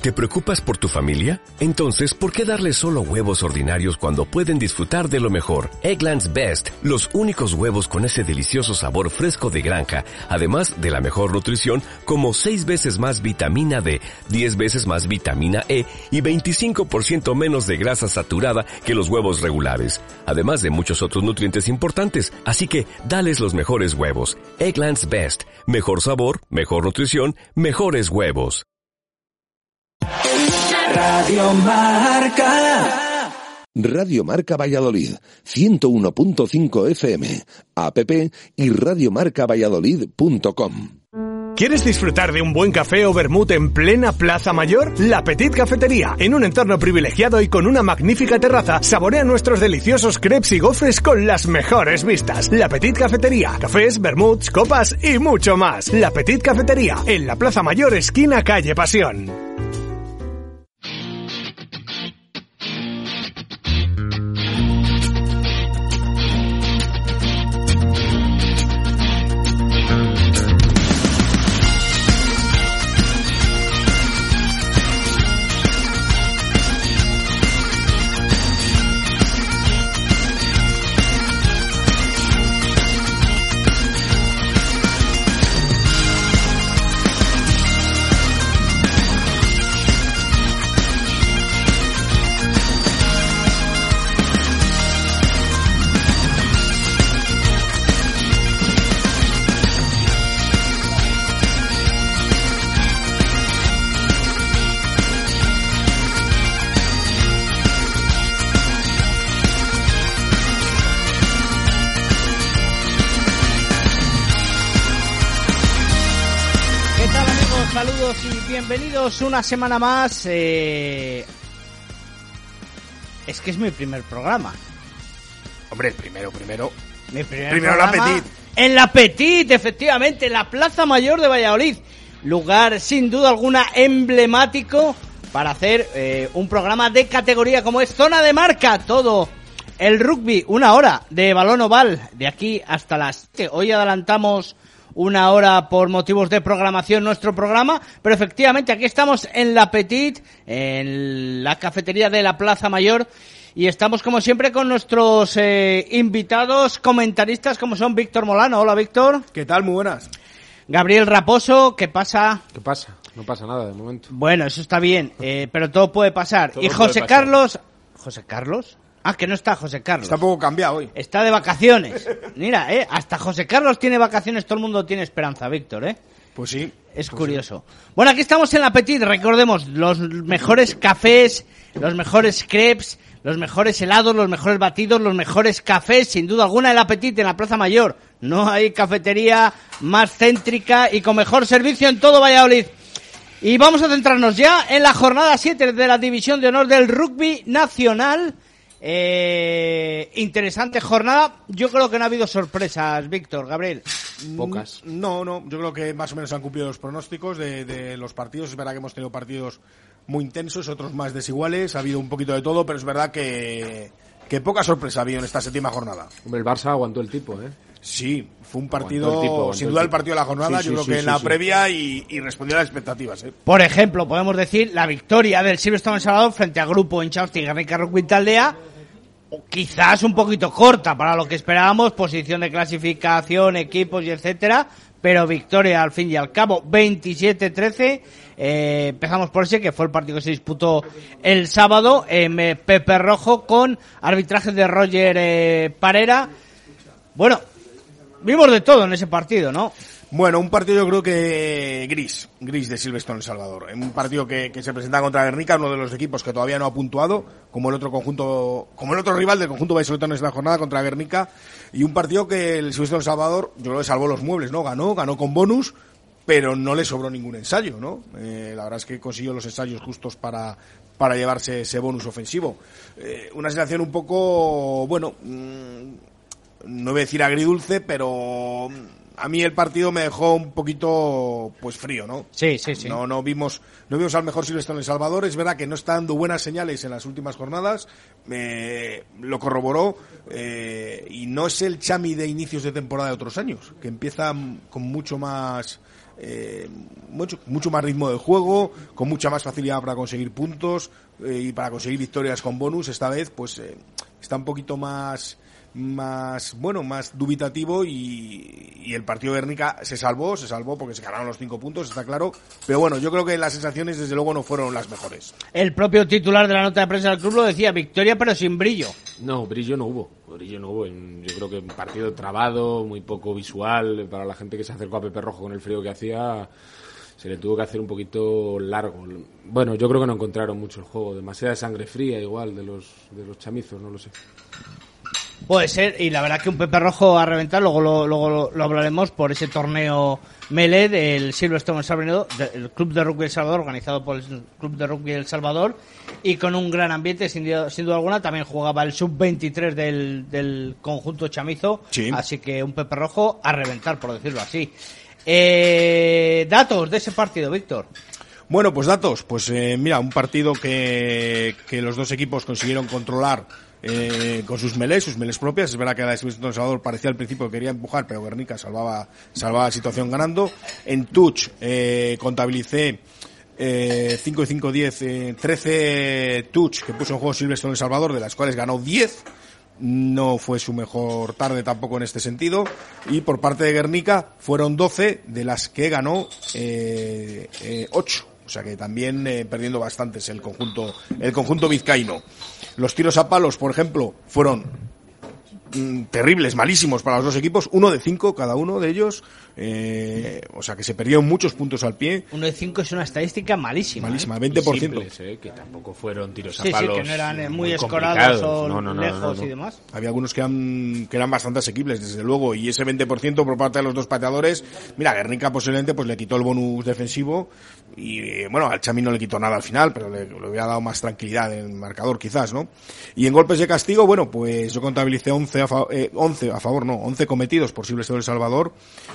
¿Te preocupas por tu familia? Entonces, ¿por qué darles solo huevos ordinarios cuando pueden disfrutar de lo mejor? Eggland's Best, los únicos huevos con ese delicioso sabor fresco de granja, además de la mejor nutrición, como 6 veces más vitamina D, 10 veces más vitamina E y 25% menos de grasa saturada que los huevos regulares, además de muchos otros nutrientes importantes. Así que, dales los mejores huevos. Eggland's Best, mejor sabor, mejor nutrición, mejores huevos. Radio Marca. Radio Marca Valladolid, 101.5 FM, app y radiomarcavalladolid.com. ¿Quieres disfrutar de un buen café o vermut en plena Plaza Mayor? La Petit Cafetería, en un entorno privilegiado y con una magnífica terraza, saborea nuestros deliciosos crepes y gofres con las mejores vistas. La Petit Cafetería, cafés, vermuts, copas y mucho más. La Petit Cafetería, en la Plaza Mayor, esquina calle Pasión. Saludos y bienvenidos una semana más. Es que es mi primer programa. Hombre, el primero. Mi primer Primero programa la Petit. En la Petit, efectivamente, en la Plaza Mayor de Valladolid. Lugar, sin duda alguna, emblemático para hacer un programa de categoría como es Zona de Marca. Todo el rugby, 1 hora de balón oval, de aquí hasta las... Hoy adelantamos 1 hora por motivos de programación nuestro programa, pero efectivamente aquí estamos en la Petit, en la cafetería de la Plaza Mayor, y estamos como siempre con nuestros invitados, comentaristas como son Víctor Molano. Hola, Víctor. ¿Qué tal? Muy buenas. Gabriel Raposo, ¿qué pasa? ¿Qué pasa? No pasa nada de momento. Bueno, eso está bien, pero todo puede pasar. Todo y José puede pasar. Carlos... ¿José Carlos? Ah, que no está José Carlos. Está un poco cambiado hoy. Está de vacaciones. Mira, hasta José Carlos tiene vacaciones, todo el mundo tiene esperanza, Víctor, Pues sí. Es pues curioso. Sí. Bueno, aquí estamos en la Petit, recordemos, los mejores cafés, los mejores crepes, los mejores helados, los mejores batidos, los mejores cafés, sin duda alguna, en la Petit, en la Plaza Mayor. No hay cafetería más céntrica y con mejor servicio en todo Valladolid. Y vamos a centrarnos ya en la jornada 7 de la División de Honor del Rugby Nacional. Interesante jornada. Yo creo que no ha habido sorpresas, Víctor, Gabriel. Pocas. No, yo creo que más o menos han cumplido los pronósticos de los partidos. Es verdad que hemos tenido partidos muy intensos, otros más desiguales, ha habido un poquito de todo, pero es verdad que poca sorpresa ha habido en esta 7ª jornada. Hombre, el Barça aguantó el tipo, ¿eh? Sí, fue un partido, sin duda el partido de la jornada, yo creo que en la previa y respondió a las expectativas. Por ejemplo, podemos decir la victoria del Silverstone El Salvador frente a Grupo Inchausti y Guernica Rugby Taldea, quizás un poquito corta para lo que esperábamos, posición de clasificación, equipos y etcétera, pero victoria al fin y al cabo, 27-13. Empezamos por ese, que fue el partido que se disputó el sábado en Pepe Rojo con arbitraje de Roger Parera. Bueno, vimos de todo en ese partido, ¿no? Bueno, un partido yo creo que gris de Silverstone El Salvador. Un partido que se presenta contra Guernica, uno de los equipos que todavía no ha puntuado, como el otro rival del conjunto vallisoletano en esta jornada contra Guernica, y un partido que el Silverstone El Salvador, yo creo que salvó los muebles, ¿no? Ganó con bonus, pero no le sobró ningún ensayo, ¿no? La verdad es que consiguió los ensayos justos para llevarse ese bonus ofensivo. Una sensación un poco, bueno, no voy a decir agridulce, pero a mí el partido me dejó un poquito pues frío, ¿no? Sí. No vimos al mejor Silverstone El Salvador. Es verdad que no está dando buenas señales en las últimas jornadas, lo corroboró, y no es el Chami de inicios de temporada de otros años, que empieza con mucho más mucho más ritmo de juego, con mucha más facilidad para conseguir puntos y para conseguir victorias con bonus. Esta vez pues está un poquito más dubitativo y el partido de Guernica se salvó porque se ganaron los 5 puntos, está claro, pero bueno, yo creo que las sensaciones desde luego no fueron las mejores. El propio titular de la nota de prensa del club lo decía, victoria pero sin brillo. No, brillo no hubo. Yo creo que un partido trabado, muy poco visual, para la gente que se acercó a Pepe Rojo con el frío que hacía, se le tuvo que hacer un poquito largo. Bueno, yo creo que no encontraron mucho el juego, demasiada sangre fría igual de los chamizos, no lo sé. Puede ser, y la verdad que un Pepe Rojo a reventar, luego lo hablaremos por ese torneo Melee del Silverstone El Salvador, el Club de Rugby El Salvador, organizado por el Club de Rugby El Salvador, y con un gran ambiente, sin duda alguna. También jugaba el Sub-23 del conjunto chamizo, sí. Así que un Pepe Rojo a reventar, por decirlo así. Datos de ese partido, Víctor. Bueno, pues datos, mira, un partido que los dos equipos consiguieron controlar con sus melés propias. Es verdad que la Silverstone El Salvador parecía al principio que quería empujar, pero Guernica salvaba la situación ganando. En touch contabilicé 5 y 5, 10, 13 touch que puso en juego Silverstone El Salvador, de las cuales ganó 10. No fue su mejor tarde tampoco en este sentido. Y por parte de Guernica fueron 12, de las que ganó 8. O sea que también perdiendo bastantes el conjunto vizcaíno. Los tiros a palos, por ejemplo, fueron terribles, malísimos para los dos equipos. 1 de 5 cada uno de ellos. O sea que se perdieron muchos puntos al pie. 1 de 5 es una estadística malísima. 20%. Simples, que tampoco fueron tiros a palos. Sí, que no eran muy escorados o lejos y demás. Había algunos que eran bastante asequibles, desde luego. Y ese 20% por parte de los dos pateadores. Mira, Guernica posiblemente le quitó el bonus defensivo. Y bueno, al Chami no le quitó nada al final, pero le hubiera dado más tranquilidad en el marcador quizás, ¿no? Y en golpes de castigo, bueno, pues yo contabilicé 11 cometidos por Silverstone El Salvador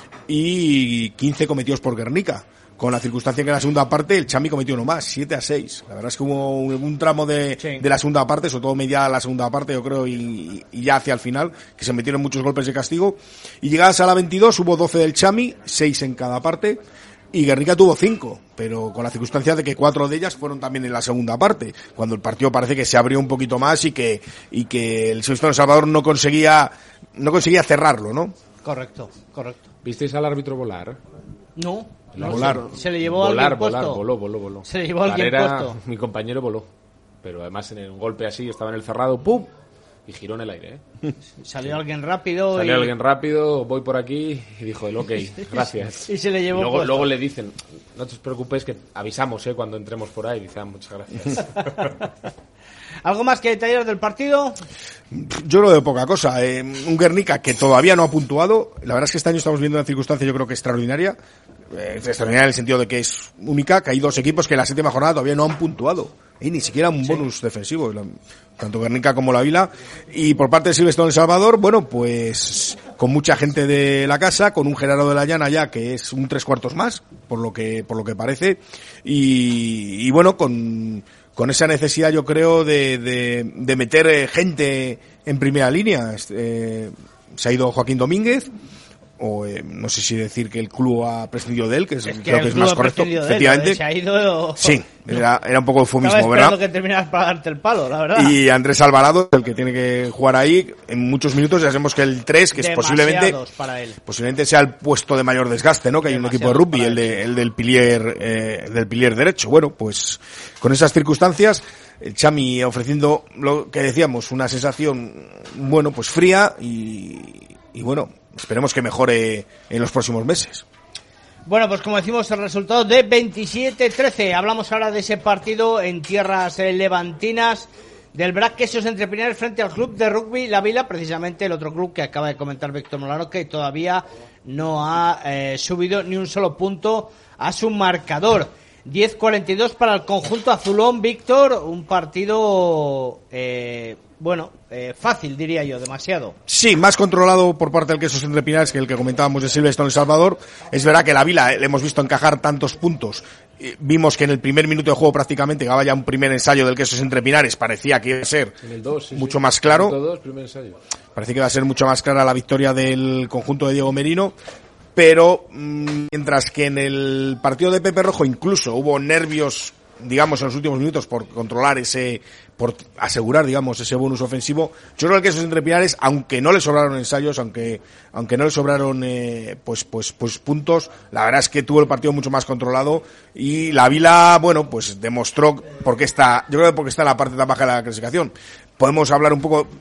y 15 cometidos por Guernica, con la circunstancia que en la segunda parte el Chami cometió uno más, 7-6. La verdad es que hubo un tramo de la segunda parte, sobre todo media la segunda parte, yo creo, y ya hacia el final, que se metieron muchos golpes de castigo. Y llegadas a la 22 hubo 12 del Chami, 6 en cada parte, y Guernica tuvo 5, pero con la circunstancia de que 4 de ellas fueron también en la segunda parte, cuando el partido parece que se abrió un poquito más y que el Silverstone El Salvador no conseguía cerrarlo, ¿no? Correcto. ¿Visteis al árbitro volar? No. Volar. Se le llevó alguien puesto. Voló. Se le llevó alguien puesto. Mi compañero voló. Pero además en un golpe así, estaba en el cerrado, ¡pum! Y giró en el aire, Salió alguien rápido. Voy por aquí, y dijo el ok, gracias. Y se le llevó luego le dicen, no te preocupes que avisamos, cuando entremos por ahí. Dicen, muchas gracias. ¿Algo más que detallar del partido? Yo creo de poca cosa. Un Guernica que todavía no ha puntuado. La verdad es que este año estamos viendo una circunstancia, yo creo que extraordinaria. Extraordinaria en el sentido de que es única, que hay dos equipos que en la 7ª jornada todavía no han puntuado. Y ni siquiera un bonus defensivo, tanto Guernica como la Vila. Y por parte de Silverstone El Salvador, bueno, pues con mucha gente de la casa, con un Gerardo de la Llana ya que es un 3/4 más, por lo que parece. Y bueno, con esa necesidad, yo creo, de meter gente en primera línea. Se ha ido Joaquín Domínguez, o no sé si decir que el club ha prescindido de él, creo que es más correcto, efectivamente. Se ha ido... Sí, era un poco eufemismo, ¿verdad? Que terminas para darte el palo, la verdad. Y Andrés Alvarado, el que tiene que jugar ahí en muchos minutos. Ya sabemos que el 3, que es posiblemente sea el puesto de mayor desgaste, ¿no? Que hay un equipo de rugby, el del pilier derecho. Bueno, pues con esas circunstancias, el Chami ofreciendo lo que decíamos, una sensación, bueno, pues fría y bueno, esperemos que mejore en los próximos meses. Bueno, pues como decimos, el resultado de 27-13. Hablamos ahora de ese partido en tierras levantinas del BRAC Quesos Entre Pinares frente al Club de Rugby La Vila, precisamente el otro club que acaba de comentar Víctor Molano, que todavía no ha subido ni un solo punto a su marcador. 10-42 para el conjunto azulón, Víctor, un partido... fácil, diría yo, demasiado. Sí, más controlado por parte del Quesos Entre Pinares que el que comentábamos de Silverstone El Salvador. Es verdad que la Vila le hemos visto encajar tantos puntos. Vimos que en el primer minuto de juego prácticamente llegaba ya un primer ensayo del Quesos Entre Pinares. Parecía que iba a ser mucho más claro. Primer ensayo. Parecía que iba a ser mucho más clara la victoria del conjunto de Diego Merino. pero mientras que en el partido de Pepe Rojo incluso hubo nervios, digamos, en los últimos minutos por controlar por asegurar, digamos, ese bonus ofensivo, yo creo que esos Entre Pinares, aunque no le sobraron ensayos, aunque no le sobraron pues puntos, la verdad es que tuvo el partido mucho más controlado y la Vila, bueno, pues demostró yo creo que porque está en la parte tan baja de la clasificación. Podemos hablar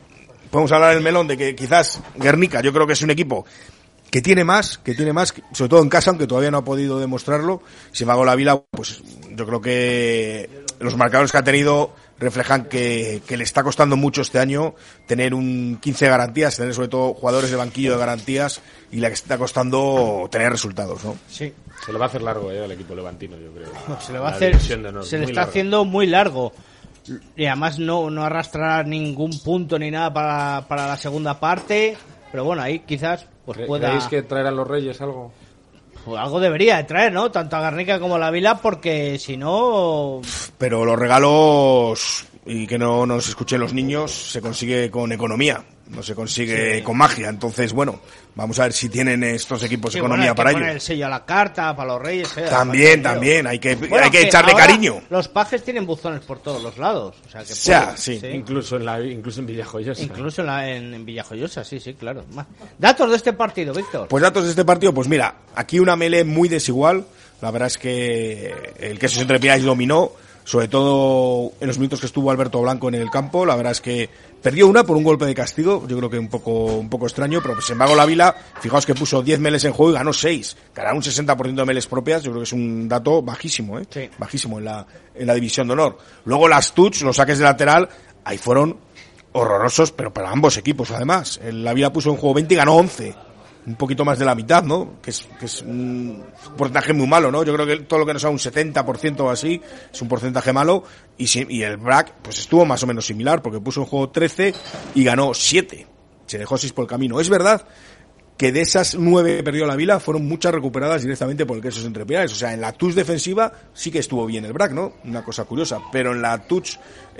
del melón de que quizás Guernica, yo creo que es un equipo que tiene más, sobre todo en casa, aunque todavía no ha podido demostrarlo. Sin embargo, la Vila, pues yo creo que los marcadores que ha tenido reflejan que le está costando mucho este año tener un 15 de garantías, tener sobre todo jugadores de banquillo de garantías, y le está costando tener resultados, ¿no? Sí. Se le va a hacer largo al equipo levantino, yo creo. No, se le va a hacer, se le está haciendo muy largo. Y además no arrastrará ningún punto ni nada para la segunda parte, pero bueno, ahí quizás pues pueda... ¿Creéis que traerán los Reyes algo? Pues algo debería de traer, ¿no? Tanto a Guernica como a la Vila, porque si no... Pero los regalos, y que no nos escuchen los niños, se consigue con economía, no se consigue con magia. Entonces, bueno, vamos a ver si tienen estos equipos economía para ello. Poner el sello a la carta, para los Reyes. También, hay que echarle cariño. Los pajes tienen buzones por todos los lados. O sea, que sí. Incluso en Villajoyosa. Incluso en Villajoyosa, sí, claro. Datos de este partido, Víctor. Pues datos de este partido, pues mira, aquí una melee muy desigual. La verdad es que el Quesos Entre Pinares dominó, sobre todo en los minutos que estuvo Alberto Blanco en el campo. La verdad es que perdió una por un golpe de castigo, yo creo que un poco extraño, pero sin embargo la Vila, fijaos que puso 10 meles en juego y ganó 6, ganó un 60% de meles propias. Yo creo que es un dato bajísimo, sí, bajísimo en la división de honor. Luego las touch, los saques de lateral, ahí fueron horrorosos, pero para ambos equipos además. La Vila puso en juego 20 y ganó 11. Un poquito más de la mitad, ¿no? Que es un porcentaje muy malo, ¿no? Yo creo que todo lo que nos da un 70% o así es un porcentaje malo, y el BRAC pues estuvo más o menos similar, porque puso en juego 13 y ganó 7. Se dejó 6 por el camino. Es verdad que de esas 9 que perdió la Vila, fueron muchas recuperadas directamente por el Quesos Entre Pinares. O sea, en la touch defensiva sí que estuvo bien el BRAC, ¿no? Una cosa curiosa. Pero en la touch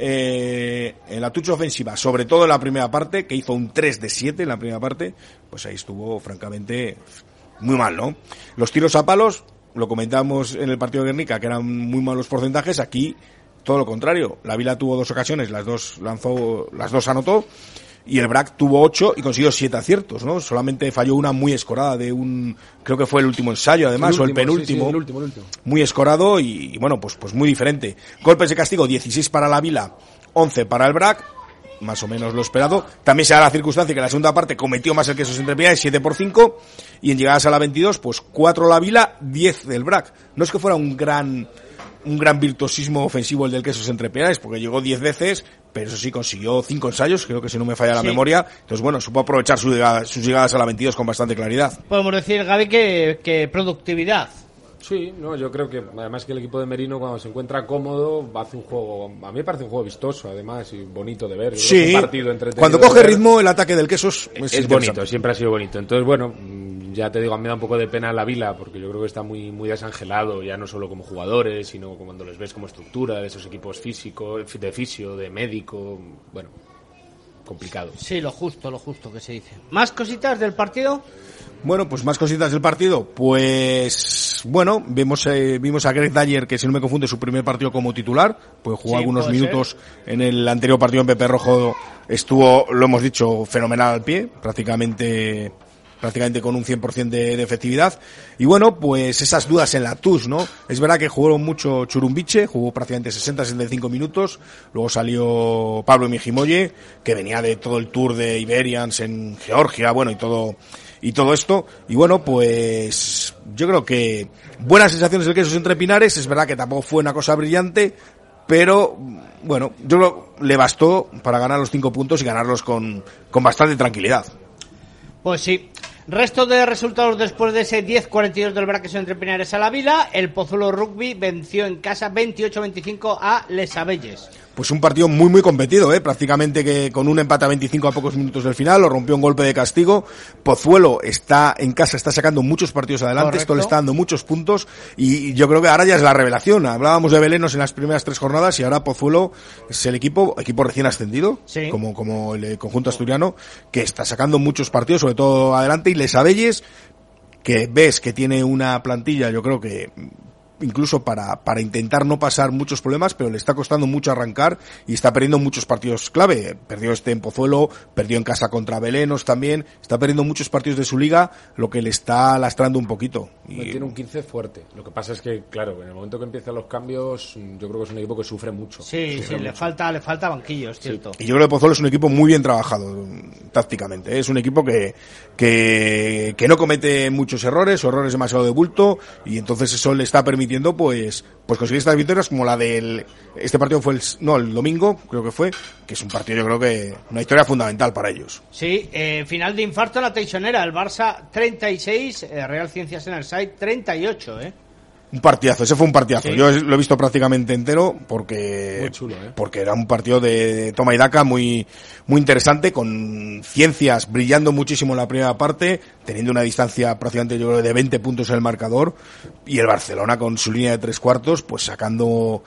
ofensiva, sobre todo en la primera parte, que hizo un 3 de 7 en la primera parte, pues ahí estuvo francamente muy mal, ¿no? Los tiros a palos, lo comentamos en el partido de Guernica, que eran muy malos porcentajes. Aquí todo lo contrario. La Vila tuvo 2 ocasiones, las dos anotó, y el BRAC tuvo 8 y consiguió 7 aciertos, ¿no? Solamente falló una muy escorada creo que fue el último ensayo, además, o el penúltimo. Sí, el último. Muy escorado y bueno, pues muy diferente. Golpes de castigo, 16 para la Vila, 11 para el BRAC, más o menos lo esperado. También se da la circunstancia que en la segunda parte cometió más el Quesos Entre Pinares, 7 por 5, y en llegadas a la 22, pues 4 la Vila, 10 del BRAC. No es que fuera un gran virtuosismo ofensivo el del Quesos Entre Pinares, porque llegó 10 veces, pero eso sí, consiguió 5 ensayos, creo que si no me falla la memoria. Entonces, bueno, supo aprovechar sus llegadas a la 22 con bastante claridad. Podemos decir, Gaby, que productividad. Sí, no, yo creo que además que el equipo de Merino, cuando se encuentra cómodo, hace un juego, a mí me parece un juego vistoso además y bonito de ver. Sí, un partido entretenido. Cuando coge ritmo el ataque del Quesos es bonito, siempre ha sido bonito. Entonces, bueno, ya te digo, a mí me da un poco de pena la Vila, porque yo creo que está muy desangelado, ya no solo como jugadores, sino cuando les ves como estructura de esos equipos físicos, de fisio, de médico, bueno, complicado. Sí, lo justo que se dice. ¿Más cositas del partido? Bueno, pues más cositas del partido. Pues bueno, vimos a Greg Dyer, que si no me confunde, su primer partido como titular, pues jugó algunos minutos en el anterior partido en Pepe Rojo, estuvo, lo hemos dicho, fenomenal al pie, prácticamente con un 100% de efectividad. Y bueno, pues esas dudas en la TUS, ¿no? Es verdad que jugó mucho Churumbiche, jugó prácticamente 60-65 minutos, luego salió Pablo Mijimoye, que venía de todo el tour de Iberians en Georgia, bueno, y todo esto. Y bueno, pues yo creo que buenas sensaciones del Quesos Entre Pinares. Es verdad que tampoco fue una cosa brillante, pero bueno, yo creo que le bastó para ganar los 5 puntos y ganarlos con bastante tranquilidad. Pues sí. Resto de resultados después de ese 10-42 del BRAC Quesos Entre Pinares a la Vila. El Pozuelo Rugby venció en casa 28-25 a Les Abelles. Pues un partido muy competido, prácticamente que con un empate a 25 a pocos minutos del final, lo rompió un golpe de castigo. Pozuelo está en casa, está sacando muchos partidos adelante. Correcto. Esto le está dando muchos puntos y yo creo que ahora ya es la revelación. Hablábamos de Belenos en las primeras 3 jornadas y ahora Pozuelo es el equipo recién ascendido, sí, como el conjunto asturiano, que está sacando muchos partidos, sobre todo adelante, y Les Abelles, que ves que tiene una plantilla, yo creo que incluso para intentar no pasar muchos problemas, pero le está costando mucho arrancar y está perdiendo muchos partidos clave. Perdió en Pozuelo, perdió en casa contra Belenos también, está perdiendo muchos partidos de su liga, lo que le está lastrando un poquito. Y tiene un 15 fuerte. Lo que pasa es que, claro, en el momento que empiezan los cambios, yo creo que es un equipo que sufre mucho. Sí, le falta banquillo, es cierto. Y yo creo que Pozuelo es un equipo muy bien trabajado tácticamente, ¿eh? Es un equipo que no comete muchos errores o errores demasiado de bulto, y entonces eso le está permitiendo pues conseguir estas victorias, como la del este partido fue el domingo, creo que fue, que es un partido, yo creo que una victoria fundamental para ellos. Sí, final de infarto en la Teixonera, el Barça 36, Real Ciencias Enerside 38, Un partidazo, ese fue un partidazo. Sí. Yo lo he visto prácticamente entero porque Muy chulo, porque era un partido de toma y daca muy interesante, con Ciencias brillando muchísimo en la primera parte, teniendo una distancia prácticamente, yo creo, de 20 puntos en el marcador, y el Barcelona con su línea de 3/4 pues sacando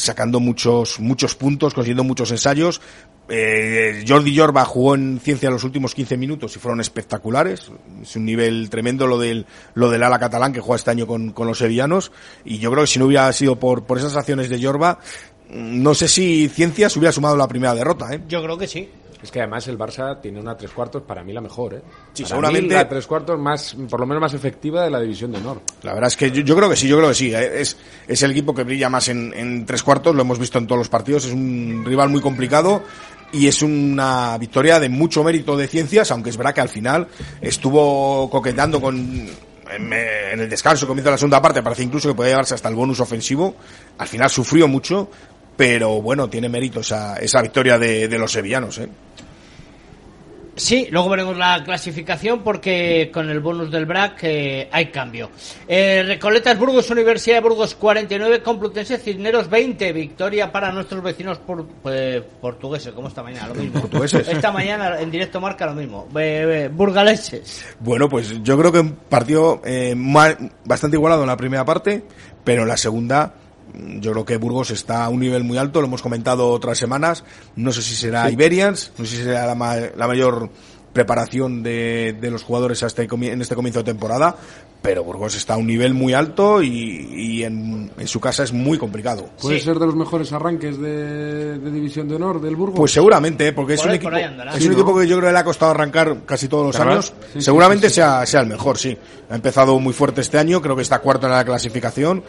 muchos puntos, consiguiendo muchos ensayos. Jordi Jorba jugó en Ciencia los últimos 15 minutos y fueron espectaculares. Es un nivel tremendo lo del ala catalán que juega este año con los sevillanos, y yo creo que si no hubiera sido por esas acciones de Jorba, no sé si Ciencias hubiera sumado la primera derrota, Yo creo que sí. Es que además el Barça tiene una 3/4 para mí la mejor, Sí, para seguramente mí la 3/4 más, por lo menos más efectiva de la división de honor. La verdad es que yo creo que sí, es el equipo que brilla más en 3/4, lo hemos visto en todos los partidos, es un rival muy complicado y es una victoria de mucho mérito de Ciencias, aunque es verdad que al final estuvo coqueteando en el descanso, comienza la segunda parte, parece incluso que podía llevarse hasta el bonus ofensivo, al final sufrió mucho, pero bueno, tiene mérito esa victoria de los sevillanos, Sí, luego veremos la clasificación porque con el bonus del BRAC hay cambio. Recoletas Burgos, Universidad de Burgos 49, Complutense Cisneros 20. Victoria para nuestros vecinos portugueses, como esta mañana, lo mismo. ¿Portugueses? Esta mañana en directo marca lo mismo. Burgaleses. Bueno, pues yo creo que un partido bastante igualado en la primera parte, pero en la segunda yo creo que Burgos está a un nivel muy alto, lo hemos comentado otras semanas, no sé si será Iberians, no sé si será la mayor preparación de los jugadores en este comienzo de temporada, pero Burgos está a un nivel muy alto y en su casa es muy complicado. ¿Puede ser de los mejores arranques de División de Honor del Burgos? Pues seguramente, porque es un equipo que yo creo que le ha costado arrancar casi todos los años. Sí, seguramente sí. sea el mejor, sí. Ha empezado muy fuerte este año, creo que está cuarto en la clasificación.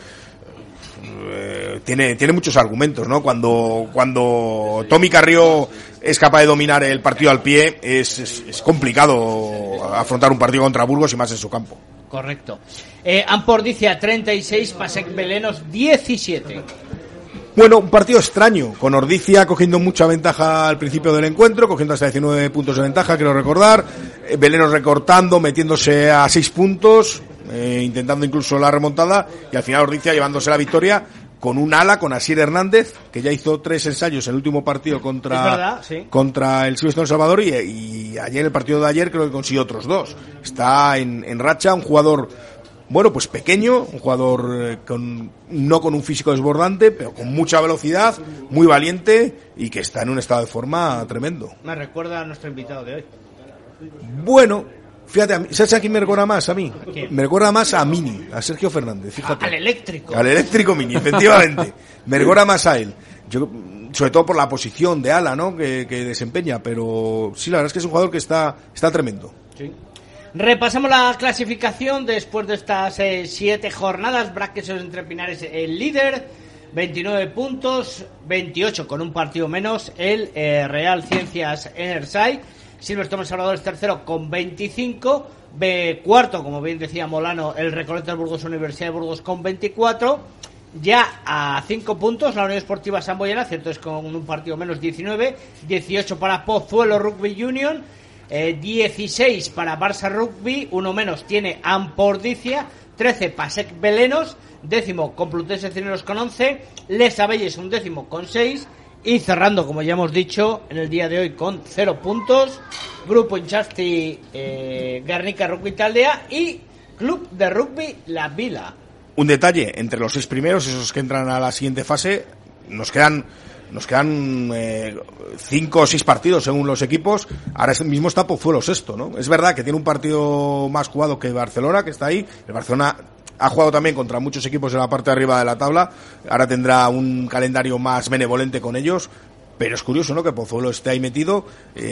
Tiene muchos argumentos, ¿no? Cuando Tommy Carrió es capaz de dominar el partido al pie, es complicado afrontar un partido contra Burgos y más en su campo. Correcto. Ampordicia 36, Pasec Belenos 17. Bueno, un partido extraño, con Ordicia cogiendo mucha ventaja al principio del encuentro, cogiendo hasta 19 puntos de ventaja, quiero recordar. Belenos recortando, metiéndose a 6 puntos, intentando incluso la remontada, y al final Ordicia llevándose la victoria con un ala, con Asier Hernández, que ya hizo 3 ensayos en el último partido contra el Silvestre Salvador, y ayer, el partido de ayer, creo que consiguió otros 2. Está en racha, un jugador, bueno, pues pequeño, un jugador no con un físico desbordante, pero con mucha velocidad, muy valiente, y que está en un estado de forma tremendo. Me recuerda a nuestro invitado de hoy. Bueno, fíjate, ¿sabes a quién me recuerda más a mí? ¿A quién? Me recuerda más a Mini, a Sergio Fernández, fíjate. Al eléctrico. Al eléctrico Mini, efectivamente. Me recuerda más a él. Yo, sobre todo por la posición de ala, ¿no? Que desempeña, pero sí, la verdad es que es un jugador que está tremendo. Sí. Repasamos la clasificación después de estas 7 jornadas. Braquesos entre Pinares, el líder, 29 puntos, 28 con un partido menos el Real Ciencias Enerside. Silverstone Salvador es tercero con 25, cuarto, como bien decía Molano, el Recoletas Burgos Universidad de Burgos con 24. Ya a 5 puntos la Unión Esportiva Samboyana, cierto es con un partido menos, 19, 18 para Pozuelo Rugby Union, 16 para Barça Rugby, uno menos tiene Ampordicia, 13 Pasec Belenos, décimo Complutense Cisneros con 11, Les Abelles un décimo con 6, y cerrando, como ya hemos dicho, en el día de hoy con 0 puntos, Grupo Inchasti Guernica Rugby Taldea y Club de Rugby La Vila. Un detalle, entre los 6 primeros, esos que entran a la siguiente fase, nos quedan nos quedan 5 o 6 partidos según los equipos. Ahora mismo está Pozuelo sexto, ¿no? Es verdad que tiene un partido más jugado que Barcelona, que está ahí. El Barcelona ha jugado también contra muchos equipos en la parte de arriba de la tabla. Ahora tendrá un calendario más benevolente con ellos. Pero es curioso, ¿no?, que Pozuelo esté ahí metido,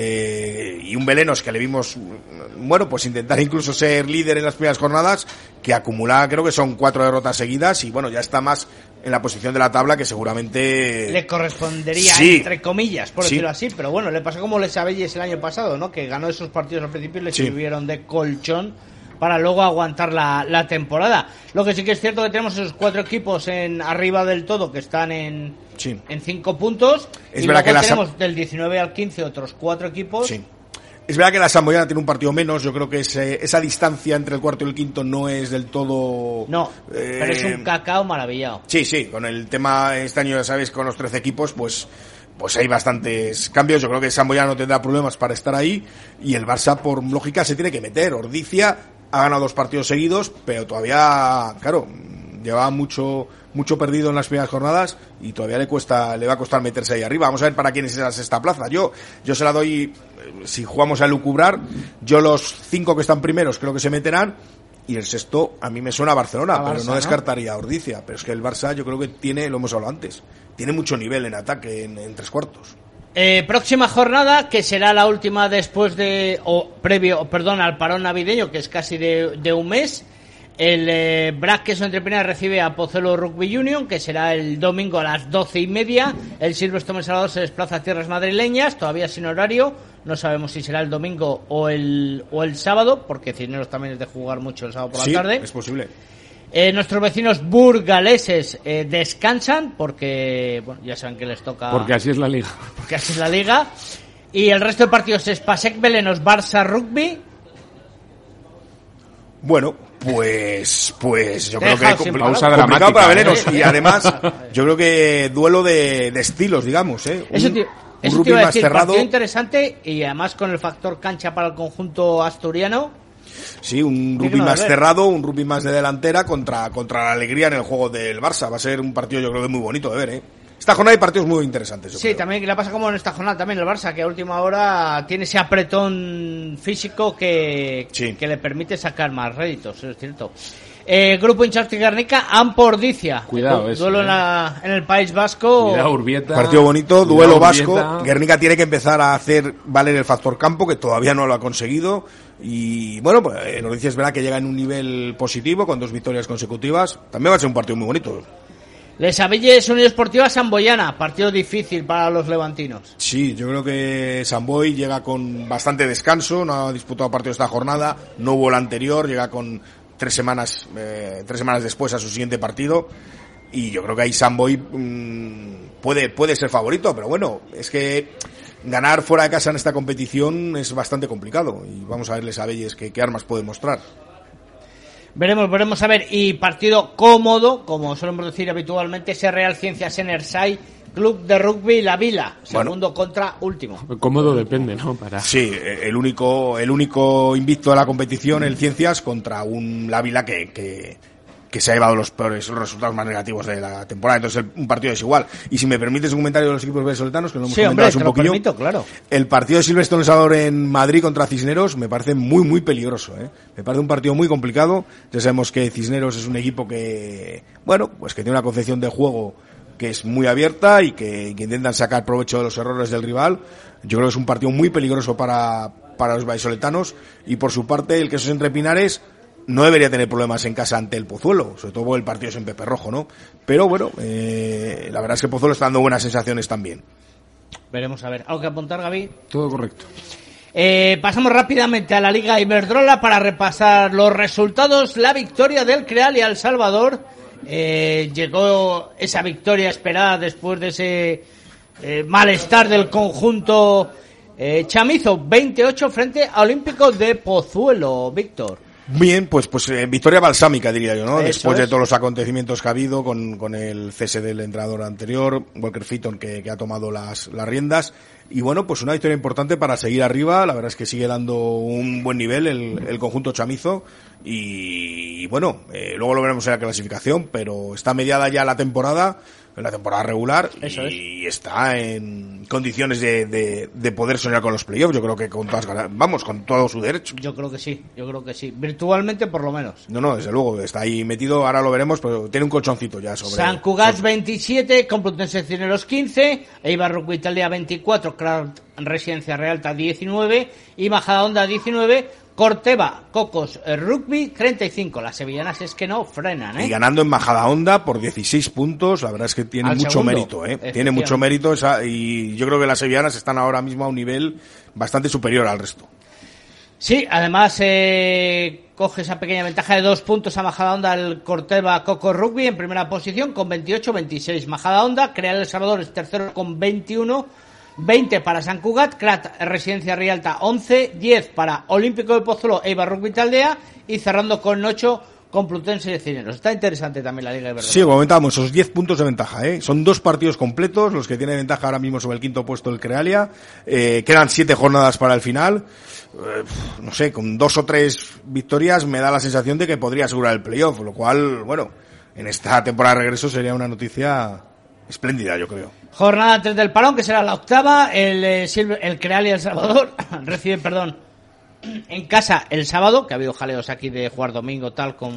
y un Belenos que le vimos, bueno, pues intentar incluso ser líder en las primeras jornadas, que acumula, creo que son 4 derrotas seguidas, y bueno, ya está más en la posición de la tabla que seguramente le correspondería, sí, entre comillas, por decirlo así, pero bueno, le pasó como Les Abelles el año pasado, ¿no?, que ganó esos partidos al principio y le sirvieron de colchón para luego aguantar la temporada. Lo que sí que es cierto que tenemos esos 4 equipos en arriba del todo que están en 5 puntos. Es y verdad luego que tenemos del 19 al 15 otros 4 equipos. Sí. Es verdad que la Samboyana tiene un partido menos. Yo creo que esa distancia entre el cuarto y el quinto no es del todo... No, pero es un cacao maravillado. Sí, con el tema este año, ya sabes, con los 13 equipos, pues hay bastantes cambios. Yo creo que Samboyana no tendrá problemas para estar ahí, y el Barça, por lógica, se tiene que meter. Ordizia ha ganado 2 partidos seguidos, pero todavía, claro, llevaba mucho perdido en las primeras jornadas y todavía le va a costar meterse ahí arriba. Vamos a ver para quién es esa sexta plaza. Yo se la doy, si jugamos a lucubrar, yo los 5 que están primeros creo que se meterán, y el sexto a mí me suena a Barcelona, pero no descartaría a Ordizia. Pero es que el Barça, yo creo que tiene, lo hemos hablado antes, tiene mucho nivel en ataque en 3 cuartos. Próxima jornada, que será la última después al parón navideño, que es casi de un mes. El BRAC, que es Entrepina, recibe a Pozuelo Rugby Union, que será el domingo a las 12:30. El Silverstone El Salvador se desplaza a tierras madrileñas, todavía sin horario. No sabemos si será el domingo o el sábado, porque Cisneros también es de jugar mucho el sábado por la tarde. Sí, es posible. Nuestros vecinos burgaleses descansan porque, bueno, ya saben que les toca... Porque así es la liga. Porque así es la liga. Y el resto de partidos es Pasek Belenos Barça Rugby. Bueno, pues yo creo que pausa complicado dramática para Belenos. Y además, yo creo que duelo de estilos, digamos, ¿eh? Eso rugby te iba a más decir, cerrado. partido interesante, y además con el factor cancha para el conjunto asturiano. Sí, un rugby más cerrado, un rugby más de delantera contra la alegría en el juego del Barça. Va a ser un partido, yo creo que muy bonito de ver, ¿eh? Esta jornada hay partidos muy interesantes. Sí, también le pasa como en esta jornada también el Barça, que a última hora tiene ese apretón físico que le permite sacar más réditos, eso es cierto. Grupo Inchausti Guernica, Ampordicia. Cuidado, eso. Duelo en el País Vasco. Cuidado, Urbieta. Partido bonito, duelo Urbieta. vasco. Guernica tiene que empezar a hacer valer el factor campo, que todavía no lo ha conseguido. Y bueno, pues Ordizia es verdad que llega en un nivel positivo con 2 victorias consecutivas. También va a ser un partido muy bonito. Les Abelles Unión Esportiva Samboyana, partido difícil para los levantinos. Sí, yo creo que Samboy llega con bastante descanso, no ha disputado partido esta jornada, no hubo la anterior, llega con 3 semanas después a su siguiente partido, y yo creo que ahí Samboy puede ser favorito, pero bueno, es que ganar fuera de casa en esta competición es bastante complicado, y vamos a verles a Abelles qué armas puede mostrar. Veremos a ver. Y partido cómodo, como solemos decir habitualmente, ese Real Ciencias Enersai, Club de Rugby La Vila, segundo contra último. Cómodo depende, ¿no? Sí, el único invicto de la competición, el Ciencias, contra un La Vila que se ha llevado los resultados más negativos de la temporada. Entonces un partido desigual. Y si me permites un comentario de los equipos venezolanos, que lo hemos comentado un poquillo. Permito, claro. El partido de Silverstone El Salvador en Madrid contra Cisneros me parece muy, muy peligroso, ¿eh? Me parece un partido muy complicado. Ya sabemos que Cisneros es un equipo que, bueno, pues que tiene una concepción de juego que es muy abierta y que intentan sacar provecho de los errores del rival. Yo creo que es un partido muy peligroso para los vallisoletanos. Y por su parte, el Quesos Entre Pinares no debería tener problemas en casa ante el Pozuelo, sobre todo el partido es en Pepe Rojo, ¿no? Pero bueno, la verdad es que Pozuelo está dando buenas sensaciones también. Veremos a ver. ¿Algo que apuntar, Gaby? Todo correcto. Pasamos rápidamente a la Liga Iberdrola para repasar los resultados. La victoria del Creal y El Salvador. Llegó esa victoria esperada después de ese malestar del conjunto chamizo. 28 frente a Olímpico de Pozuelo. Víctor. Bien, pues victoria balsámica, diría yo, ¿no? Eso después de es. todos los acontecimientos que ha habido con el cese del entrenador anterior, Walker Fitton, que ha tomado las riendas. Y bueno, pues una victoria importante para seguir arriba. La verdad es que sigue dando un buen nivel el conjunto chamizo. y bueno, luego lo veremos en la clasificación, pero está mediada ya la temporada regular. Eso y está en condiciones de poder soñar con los playoffs. Yo creo que con todo su derecho. Yo creo que sí, virtualmente por lo menos. No, desde luego, está ahí metido, ahora lo veremos, pero tiene un colchoncito ya sobre... San Cugat 27, Complutense Cisneros 15, Eibar Rugby Italia 24, Craft Residencia Realta 19 y Majadahonda 19, Corteva Cocos Rugby 35. Las sevillanas es que no frenan, Y ganando en Majadahonda por 16 puntos, la verdad es que tiene mucho mérito, Tiene mucho mérito y yo creo que las sevillanas están ahora mismo a un nivel bastante superior al resto. Sí, además coge esa pequeña ventaja de 2 puntos a Majadahonda el Corteva Cocos Rugby en primera posición con 28-26. Majadahonda, Creal El Salvador es tercero con 21. 20 para San Cugat, Crat Residencia Rialta 11, 10 para Olímpico de Pozuelo, Eibar Rugby Taldea y cerrando con 8 Complutense de Cisneros. Está interesante también la Liga de Iberdrola. Sí, como comentábamos, esos 10 puntos de ventaja, Son 2 partidos completos los que tiene ventaja ahora mismo sobre el quinto puesto del Crealia. Quedan 7 jornadas para el final. No sé, con 2 o 3 victorias me da la sensación de que podría asegurar el playoff, lo cual, bueno, en esta temporada de regreso sería una noticia espléndida, yo creo. Jornada antes del parón, que será la octava. El Crealia El Salvador recibe, en casa el sábado, que ha habido jaleos aquí de jugar domingo,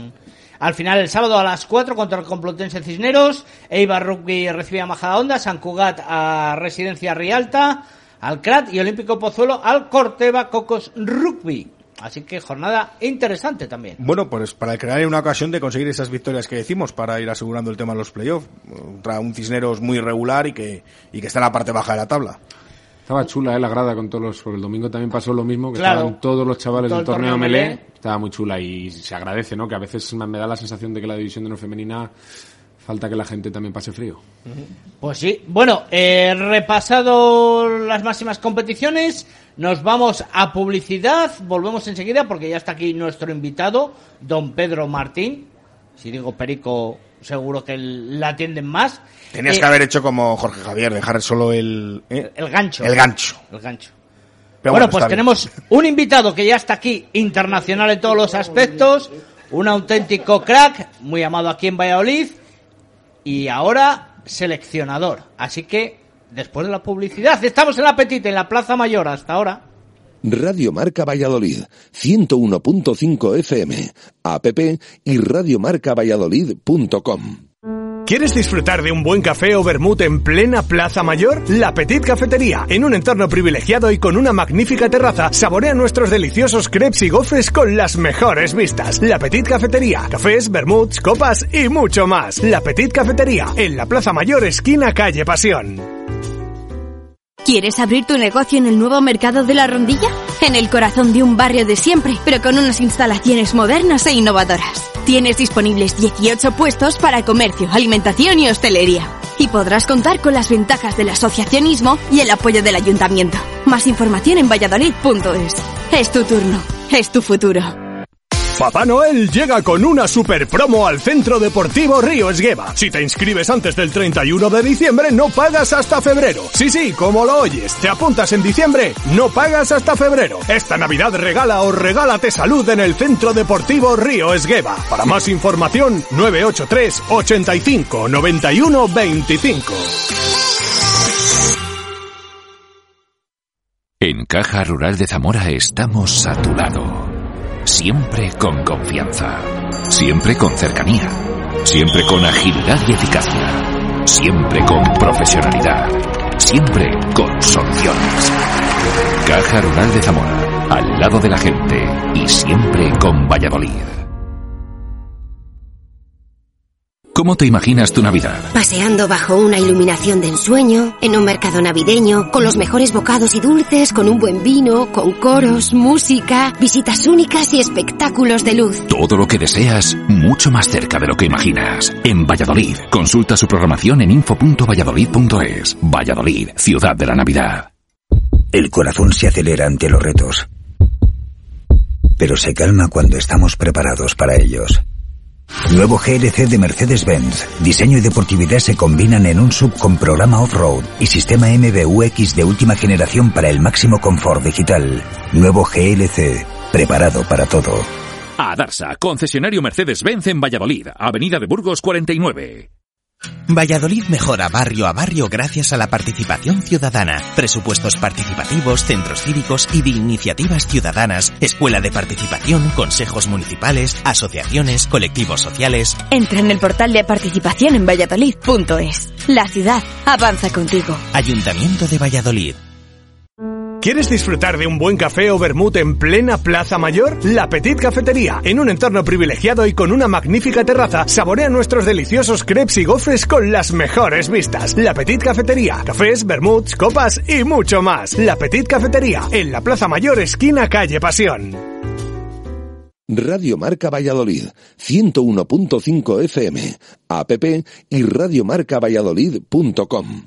al final el sábado a las 4 contra el Complutense Cisneros. Eibar Rugby recibe a Majadahonda, San Cugat a Residencia Rialta, al Crat y Olímpico Pozuelo al Corteva Cocos Rugby. Así que jornada interesante también. Bueno, pues para el Crealia una ocasión de conseguir esas victorias que decimos para ir asegurando el tema de los playoffs. Contra un Cisneros muy irregular y que está en la parte baja de la tabla. Estaba chula la grada con todos los... Porque el domingo también pasó lo mismo, que claro, estaban todos los chavales todo del torneo Melé. Melé. Estaba muy chula y se agradece, ¿no? Que a veces me da la sensación de que la división de honor femenina falta que la gente también pase frío. Pues sí. Bueno, repasado las máximas competiciones, nos vamos a publicidad. Volvemos enseguida porque ya está aquí nuestro invitado, don Pedro Martín. Si digo Perico, seguro que la atienden más. Tenías que haber hecho como Jorge Javier, dejar solo el gancho. El gancho. Pero bueno, pues tenemos un invitado que ya está aquí, internacional en todos los aspectos, un auténtico crack, muy amado aquí en Valladolid, y ahora seleccionador. Así que, después de la publicidad, estamos en la Petite, en la Plaza Mayor, hasta ahora. Radio Marca Valladolid, 101.5 FM, app y radiomarcavalladolid.com. ¿Quieres disfrutar de un buen café o vermut en plena Plaza Mayor? La Petite Cafetería. En un entorno privilegiado y con una magnífica terraza, saborea nuestros deliciosos crepes y gofres con las mejores vistas. La Petite Cafetería. Cafés, vermuts, copas y mucho más. La Petite Cafetería. En la Plaza Mayor, esquina calle Pasión. ¿Quieres abrir tu negocio en el nuevo mercado de La Rondilla? En el corazón de un barrio de siempre, pero con unas instalaciones modernas e innovadoras. Tienes disponibles 18 puestos para comercio, alimentación y hostelería. Y podrás contar con las ventajas del asociacionismo y el apoyo del ayuntamiento. Más información en valladolid.es. Es tu turno, es tu futuro. Papá Noel llega con una super promo al Centro Deportivo Río Esgueva. Si te inscribes antes del 31 de diciembre, no pagas hasta febrero. Sí, como lo oyes, te apuntas en diciembre, no pagas hasta febrero. Esta Navidad regala o regálate salud en el Centro Deportivo Río Esgueva. Para más información, 983 85 91 25. En Caja Rural de Zamora estamos a tu lado. Siempre con confianza, siempre con cercanía, siempre con agilidad y eficacia, siempre con profesionalidad, siempre con soluciones. Caja Rural de Zamora, al lado de la gente y siempre con Valladolid. ¿Cómo te imaginas tu Navidad? Paseando bajo una iluminación de ensueño, en un mercado navideño, con los mejores bocados y dulces, con un buen vino, con coros, música, visitas únicas y espectáculos de luz. Todo lo que deseas, mucho más cerca de lo que imaginas. En Valladolid, consulta su programación en info.valladolid.es. Valladolid, ciudad de la Navidad. El corazón se acelera ante los retos, pero se calma cuando estamos preparados para ellos. Nuevo GLC de Mercedes-Benz. Diseño y deportividad se combinan en un SUV con programa off-road y sistema MBUX de última generación para el máximo confort digital. Nuevo GLC, preparado para todo. A Darsa, concesionario Mercedes-Benz en Valladolid, Avenida de Burgos 49. Valladolid mejora barrio a barrio gracias a la participación ciudadana, presupuestos participativos, centros cívicos y de iniciativas ciudadanas, escuela de participación, consejos municipales, asociaciones, colectivos sociales. Entra en el portal de participación en valladolid.es. La ciudad avanza contigo. Ayuntamiento de Valladolid. ¿Quieres disfrutar de un buen café o vermut en plena Plaza Mayor? La Petit Cafetería. En un entorno privilegiado y con una magnífica terraza, saborea nuestros deliciosos crepes y gofres con las mejores vistas. La Petit Cafetería. Cafés, vermuts, copas y mucho más. La Petit Cafetería. En la Plaza Mayor, esquina calle Pasión. Radio Marca Valladolid, 101.5 FM, app y radiomarcavalladolid.com.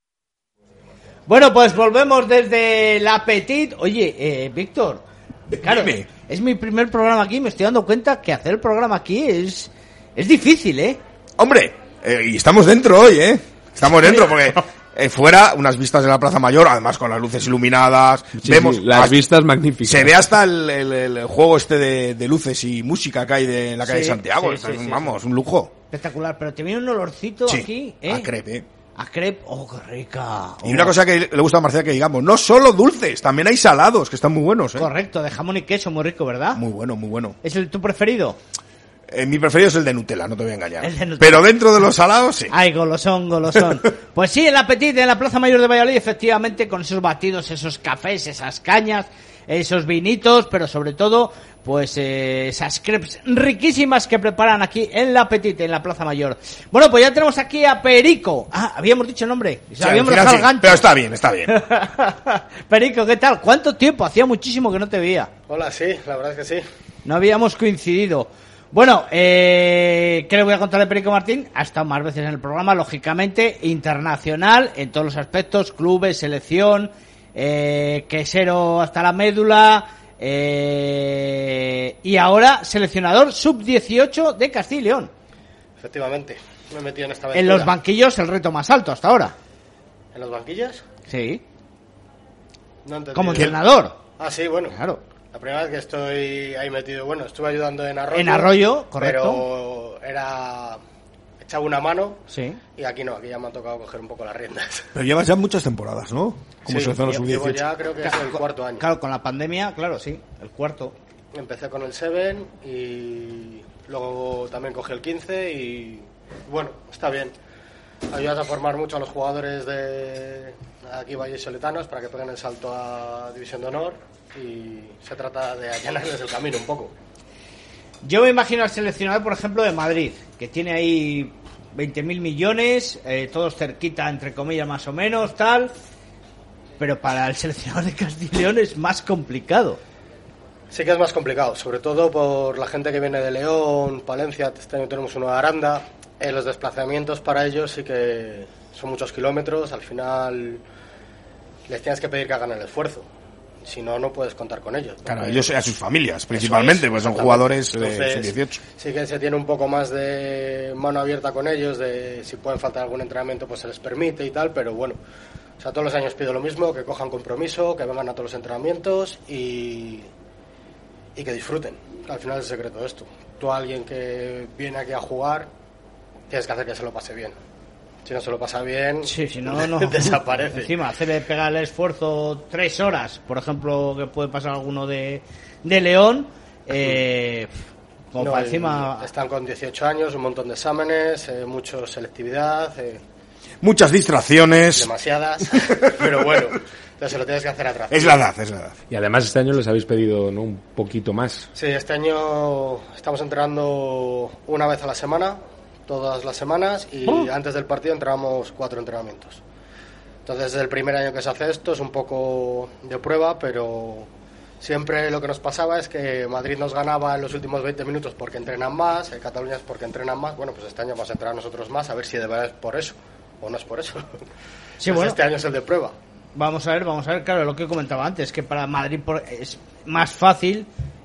Bueno, pues volvemos desde la Petit. Oye, Víctor, claro, es mi primer programa aquí, me estoy dando cuenta que hacer el programa aquí es difícil, ¿eh? Hombre, y estamos dentro hoy, ¿eh? Estamos dentro porque fuera unas vistas de la Plaza Mayor, además con las luces iluminadas, vemos las vistas magníficas. Se ve hasta el juego de luces y música que hay en la calle de Santiago, vamos, un lujo. Espectacular, pero te viene un olorcito aquí, ¿eh? A crepe, A crepe, oh, qué rica. Oh. Y una cosa que le gusta a Marcela que digamos, no solo dulces, también hay salados, que están muy buenos, ¿eh? Correcto, de jamón y queso, muy rico, ¿verdad? Muy bueno, muy bueno. ¿Es tu preferido? Mi preferido es el de Nutella, no te voy a engañar. El de Nutella. Pero dentro de los salados, sí. Ay, golosón. Pues sí, el Petit en la Plaza Mayor de Valladolid, efectivamente, con esos batidos, esos cafés, esas cañas, esos vinitos, pero sobre todo, pues esas crepes riquísimas que preparan aquí en la Petit, en la Plaza Mayor. Bueno, pues ya tenemos aquí a Perico. Ah, habíamos dicho el nombre. Sí, habíamos dejado el gancho. Pero está bien. Perico, ¿qué tal? ¿Cuánto tiempo? Hacía muchísimo que no te veía. Hola, sí, la verdad es que sí. No habíamos coincidido. Bueno, ¿qué le voy a contar de Perico Martín? Ha estado más veces en el programa, lógicamente, internacional, en todos los aspectos, clubes, selección, quesero hasta la médula, y ahora seleccionador sub-18 de Castilla y León. Efectivamente, me he metido en esta aventura. En los banquillos el reto más alto hasta ahora. ¿En los banquillos? Sí. No entendí. Como entrenador. Ah, sí, bueno. Claro. La primera vez que estoy ahí metido, bueno, estuve ayudando en Arroyo. En Arroyo, correcto. Pero echaba una mano. Sí. Y aquí no, aquí ya me ha tocado coger un poco las riendas. Pero llevas ya muchas temporadas, ¿no? Como sí, llevo sub-18. ya, creo que es el cuarto año. Claro, con la pandemia, claro, sí, el cuarto. Empecé con el 7 y luego también cogí el 15 y bueno, está bien. Ayudas a formar mucho a los jugadores de aquí vallisoletanos para que peguen el salto a División de Honor y se trata de allanarles el camino un poco. Yo me imagino al seleccionador, por ejemplo, de Madrid, que tiene ahí 20.000 millones, todos cerquita, entre comillas, más o menos, tal, pero para el seleccionador de Castilla y León es más complicado. Sí que es más complicado, sobre todo por la gente que viene de León, Palencia, este año tenemos uno de Aranda. Los desplazamientos para ellos sí que son muchos kilómetros, al final les tienes que pedir que hagan el esfuerzo, si no, no puedes contar con ellos. Claro, ellos y a sus familias principalmente, pues son jugadores de 18. Sí que se tiene un poco más de mano abierta con ellos, de si pueden faltar algún entrenamiento pues se les permite y tal, pero bueno, o sea, todos los años pido lo mismo, que cojan compromiso, que vengan a todos los entrenamientos y que disfruten. Al final es el secreto de esto. Tú a alguien que viene aquí a jugar tienes que hacer que se lo pase bien. Si no se lo pasa bien, sí, si no, desaparece. Encima, hacerle pegar el esfuerzo 3 horas, por ejemplo, que puede pasar alguno de León, como para encima... Están con 18 años, un montón de exámenes, mucha selectividad... muchas distracciones. Demasiadas, pero bueno, entonces se lo tienes que hacer atrás. Es la edad. Y además este año les habéis pedido, ¿no?, un poquito más. Sí, este año estamos entrenando una vez a la semana, todas las semanas, y antes del partido entrenamos 4 entrenamientos. Entonces desde el primer año que se hace esto es un poco de prueba, pero siempre lo que nos pasaba es que Madrid nos ganaba en los últimos 20 minutos porque entrenan más, Cataluña es porque entrenan más. Bueno, pues este año vamos a entrenar nosotros más, a ver si de verdad es por eso o no es por eso. Sí, pues bueno, este año es el de prueba. Vamos a ver, claro, lo que comentaba antes, que para Madrid es más fácil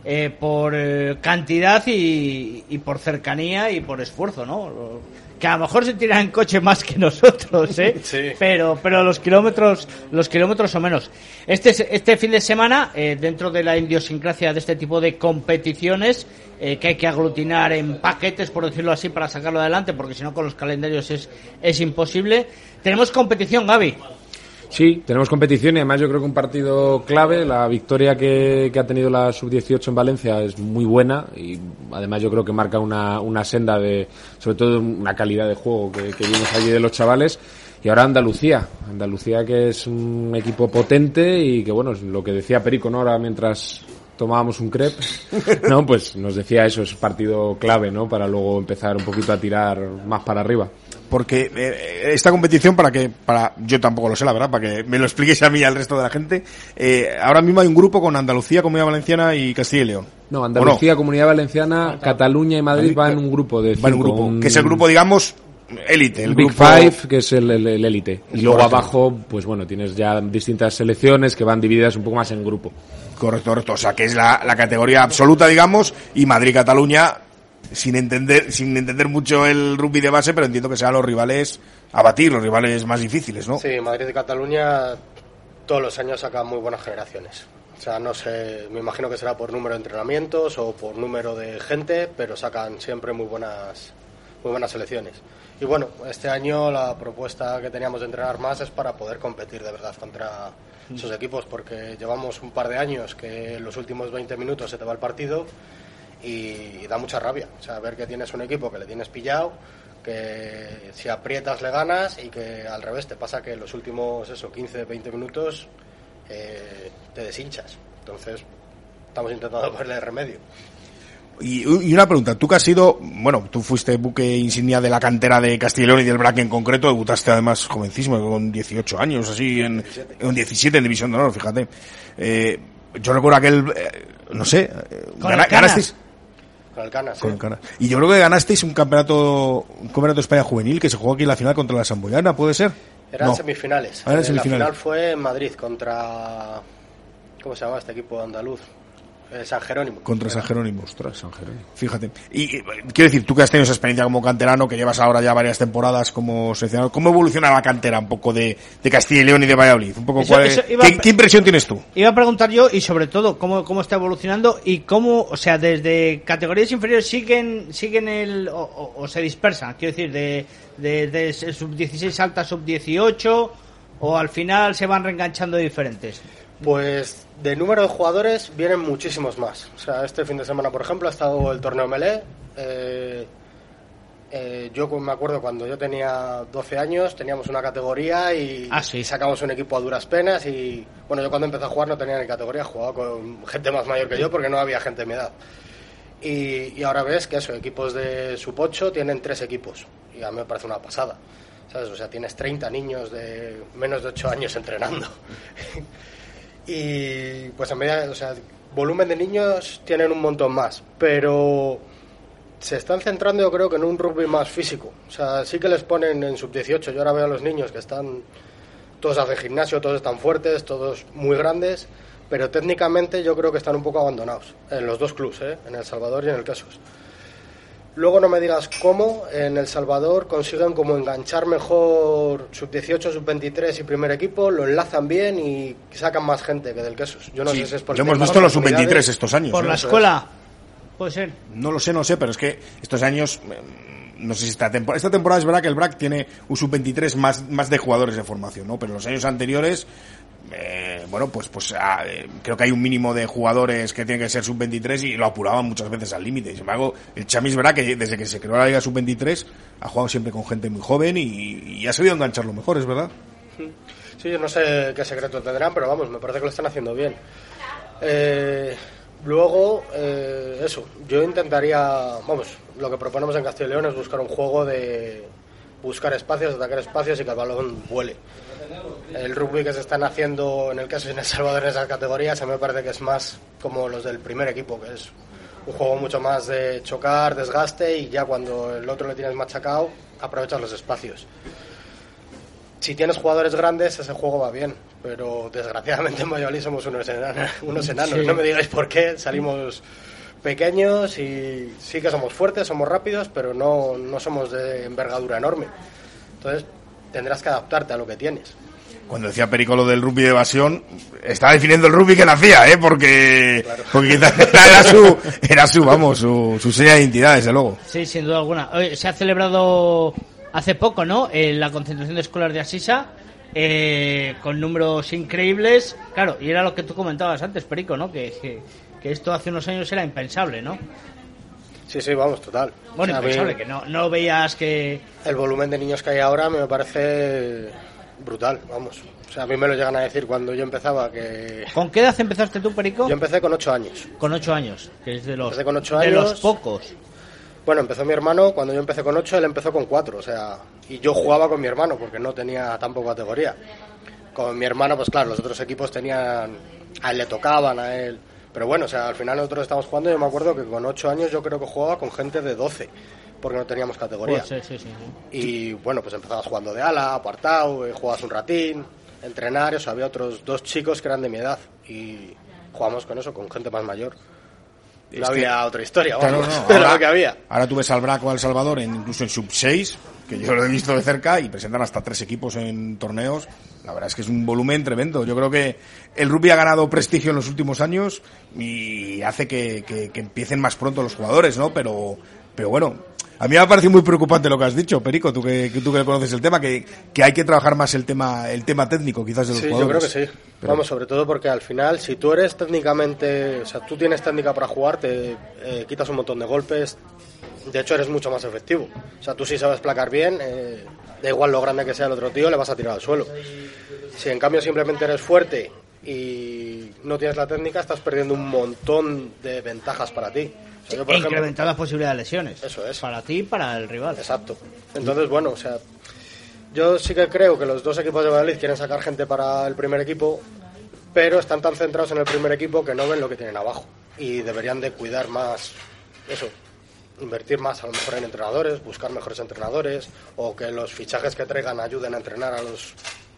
por cantidad y por cercanía y por esfuerzo, ¿no? Que a lo mejor se tiran en coche más que nosotros, ¿eh? Sí. Pero los kilómetros son menos. Este fin de semana, dentro de la idiosincrasia de este tipo de competiciones, que hay que aglutinar en paquetes, por decirlo así, para sacarlo adelante, porque si no con los calendarios es imposible. Tenemos competición, Gaby. Sí, tenemos competición y además yo creo que un partido clave, la victoria que ha tenido la Sub-18 en Valencia es muy buena y además yo creo que marca una senda de, sobre todo una calidad de juego que vimos allí de los chavales. Y ahora Andalucía que es un equipo potente y que bueno, es lo que decía Perico, ¿no? Ahora mientras tomábamos un crepe, ¿no? Pues nos decía eso, es partido clave, ¿no? Para luego empezar un poquito a tirar más para arriba. Porque esta competición, yo tampoco lo sé, la verdad, para que me lo expliques a mí y al resto de la gente, ahora mismo hay un grupo con Andalucía, Comunidad Valenciana y Castilla y León. No, Andalucía, Comunidad Valenciana, Cataluña y Madrid van en un grupo de 5. Que es el grupo, digamos, élite. El Big grupo... Five, que es el élite. Y luego abajo, pues bueno, tienes ya distintas selecciones que van divididas un poco más en grupo. Correcto. O sea, que es la categoría absoluta, digamos, y Madrid-Cataluña, sin entender mucho el rugby de base, pero entiendo que sean los rivales a batir, los rivales más difíciles, ¿no? Sí, Madrid y Cataluña todos los años sacan muy buenas generaciones. O sea, no sé, me imagino que será por número de entrenamientos o por número de gente, pero sacan siempre muy buenas selecciones. Y bueno, este año la propuesta que teníamos de entrenar más es para poder competir de verdad contra esos equipos, porque llevamos un par de años que en los últimos 20 minutos se te va el partido y da mucha rabia. O sea, ver que tienes un equipo que le tienes pillado, que si aprietas le ganas y que al revés te pasa que en los últimos 15-20 minutos te deshinchas. Entonces estamos intentando ponerle remedio. Y una pregunta, tú que has sido, bueno, tú fuiste buque insignia de la cantera de Castilla y León y del BRAC en concreto, debutaste además jovencísimo, con 18 años, así, en 17 en División de Honor, fíjate. Yo recuerdo aquel, no sé, ganasteis. Con el Canas, con el Canas. Y yo creo que ganasteis un campeonato de España juvenil que se jugó aquí en la final contra la Samboyana, ¿puede ser? Eran semifinales. Eran semifinales. La final fue en Madrid contra, ¿cómo se llama este equipo andaluz? San Jerónimo. Contra San Jerónimo. Ostras, San Jerónimo. Fíjate. Y quiero decir, tú que has tenido esa experiencia como canterano, que llevas ahora ya varias temporadas como seleccionador, ¿cómo evoluciona la cantera un poco de Castilla y León y de Valladolid? Un poco ¿qué impresión tienes tú? Iba a preguntar yo, y sobre todo, cómo está evolucionando y cómo, o sea, desde categorías inferiores siguen o se dispersan, quiero decir, de sub-16 alta sub-18, o al final se van reenganchando diferentes. Pues de número de jugadores vienen muchísimos más. O sea, este fin de semana, por ejemplo, ha estado el torneo Melé. Yo me acuerdo cuando yo tenía 12 años, teníamos una categoría y sacamos un equipo a duras penas. Y bueno, yo cuando empecé a jugar no tenía ni categoría, jugaba con gente más mayor que yo porque no había gente de mi edad. Y ahora ves que equipos de sub-8 tienen 3 equipos. Y a mí me parece una pasada, ¿sabes? O sea, tienes 30 niños de menos de 8 años entrenando. Y pues en medida, o sea, volumen de niños tienen un montón más, pero se están centrando yo creo que en un rugby más físico. O sea, sí que les ponen en sub-18. Yo ahora veo a los niños que todos hacen gimnasio, todos están fuertes, todos muy grandes, pero técnicamente yo creo que están un poco abandonados en los dos clubs, en El Salvador y en el Quesos. Luego no me digas cómo en El Salvador consiguen como enganchar mejor sub-18, sub-23 y primer equipo, lo enlazan bien y sacan más gente que del Quesos. Yo no sé si es por lo hemos visto en los sub-23 estos años. Por la escuela, puede ser. No lo sé, pero es que estos años, no sé si esta temporada es verdad que el BRAC tiene un sub-23 más de jugadores de formación, ¿no? Pero en los años anteriores, bueno, pues creo que hay un mínimo de jugadores que tienen que ser sub-23 y lo apuraban muchas veces al límite. Sin embargo, el Chamis verá que desde que se creó la Liga sub-23 ha jugado siempre con gente muy joven y ha sabido engancharlo mejor, ¿es verdad? Sí, yo no sé qué secreto tendrán, pero vamos, me parece que lo están haciendo bien. Luego, yo intentaría, lo que proponemos en Castilla y León es buscar un juego de buscar espacios, atacar espacios y que el balón vuele. El rugby que se están haciendo en el caso de El Salvador en esas categorías a mí me parece que es más como los del primer equipo, que es un juego mucho más de chocar, desgaste y ya cuando el otro le tienes machacado aprovechas los espacios. Si tienes jugadores grandes ese juego va bien, pero desgraciadamente en Valladolid somos unos enanos. Sí. No me digáis por qué, salimos pequeños y sí que somos fuertes, somos rápidos, pero no somos de envergadura enorme. Entonces tendrás que adaptarte a lo que tienes. Cuando decía Perico lo del rugby de evasión, estaba definiendo el rugby que nacía, porque quizás era su seña de identidad, desde luego. Sí, sin duda alguna. Se ha celebrado hace poco, ¿no? La concentración de escuelas de Asisa, con números increíbles. Claro, y era lo que tú comentabas antes, Perico, ¿no? Que esto hace unos años era impensable, ¿no? Sí, vamos, total. Bueno, o sea, impensable, que no veías que... El volumen de niños que hay ahora me parece brutal, vamos. O sea, a mí me lo llegan a decir cuando yo empezaba que... ¿Con qué edad empezaste tú, Perico? Yo empecé con 8 años. Con 8 años, que es de los, empecé con 8 de años, los pocos. Bueno, empezó mi hermano, cuando yo empecé con 8, él empezó con 4, o sea... Y yo jugaba con mi hermano, porque no tenía tampoco categoría. Con mi hermano, pues claro, los otros equipos tenían... A él le tocaban, a él... Pero bueno, o sea, al final nosotros estábamos jugando, yo me acuerdo que con 8 años yo creo que jugaba con gente de 12, porque no teníamos categoría. Pues sí. Y bueno, pues empezabas jugando de ala, apartado, jugabas un ratín, entrenar, o sea, había otros 2 chicos que eran de mi edad y jugamos con eso, con gente más mayor. No había otra historia, vamos, claro, lo que había. Ahora tú ves al Braco, al Salvador, incluso en sub-6, que yo lo he visto de cerca, y presentan hasta 3 equipos en torneos. La verdad es que es un volumen tremendo. Yo creo que el rugby ha ganado prestigio en los últimos años y hace que empiecen más pronto los jugadores, ¿no? Pero bueno, a mí me ha parecido muy preocupante lo que has dicho, Perico, tú que conoces el tema, que hay que trabajar más el tema técnico, quizás, de los jugadores. Sí, yo creo que sí. Pero... Vamos, sobre todo porque al final, si tú eres técnicamente, o sea, tú tienes técnica para jugar, te quitas un montón de golpes, de hecho eres mucho más efectivo. O sea, tú sí sabes placar bien, da igual lo grande que sea el otro tío, le vas a tirar al suelo. Si en cambio simplemente eres fuerte y no tienes la técnica, estás perdiendo un montón de ventajas para ti. O sea, yo, por ejemplo, incrementar las posibilidades de lesiones. Eso es. Para ti y para el rival. Exacto. Entonces, bueno, o sea, yo sí que creo que los 2 equipos de Valladolid quieren sacar gente para el primer equipo, pero están tan centrados en el primer equipo que no ven lo que tienen abajo. Y deberían de cuidar más eso, invertir más a lo mejor en entrenadores, buscar mejores entrenadores, o que los fichajes que traigan ayuden a entrenar a los...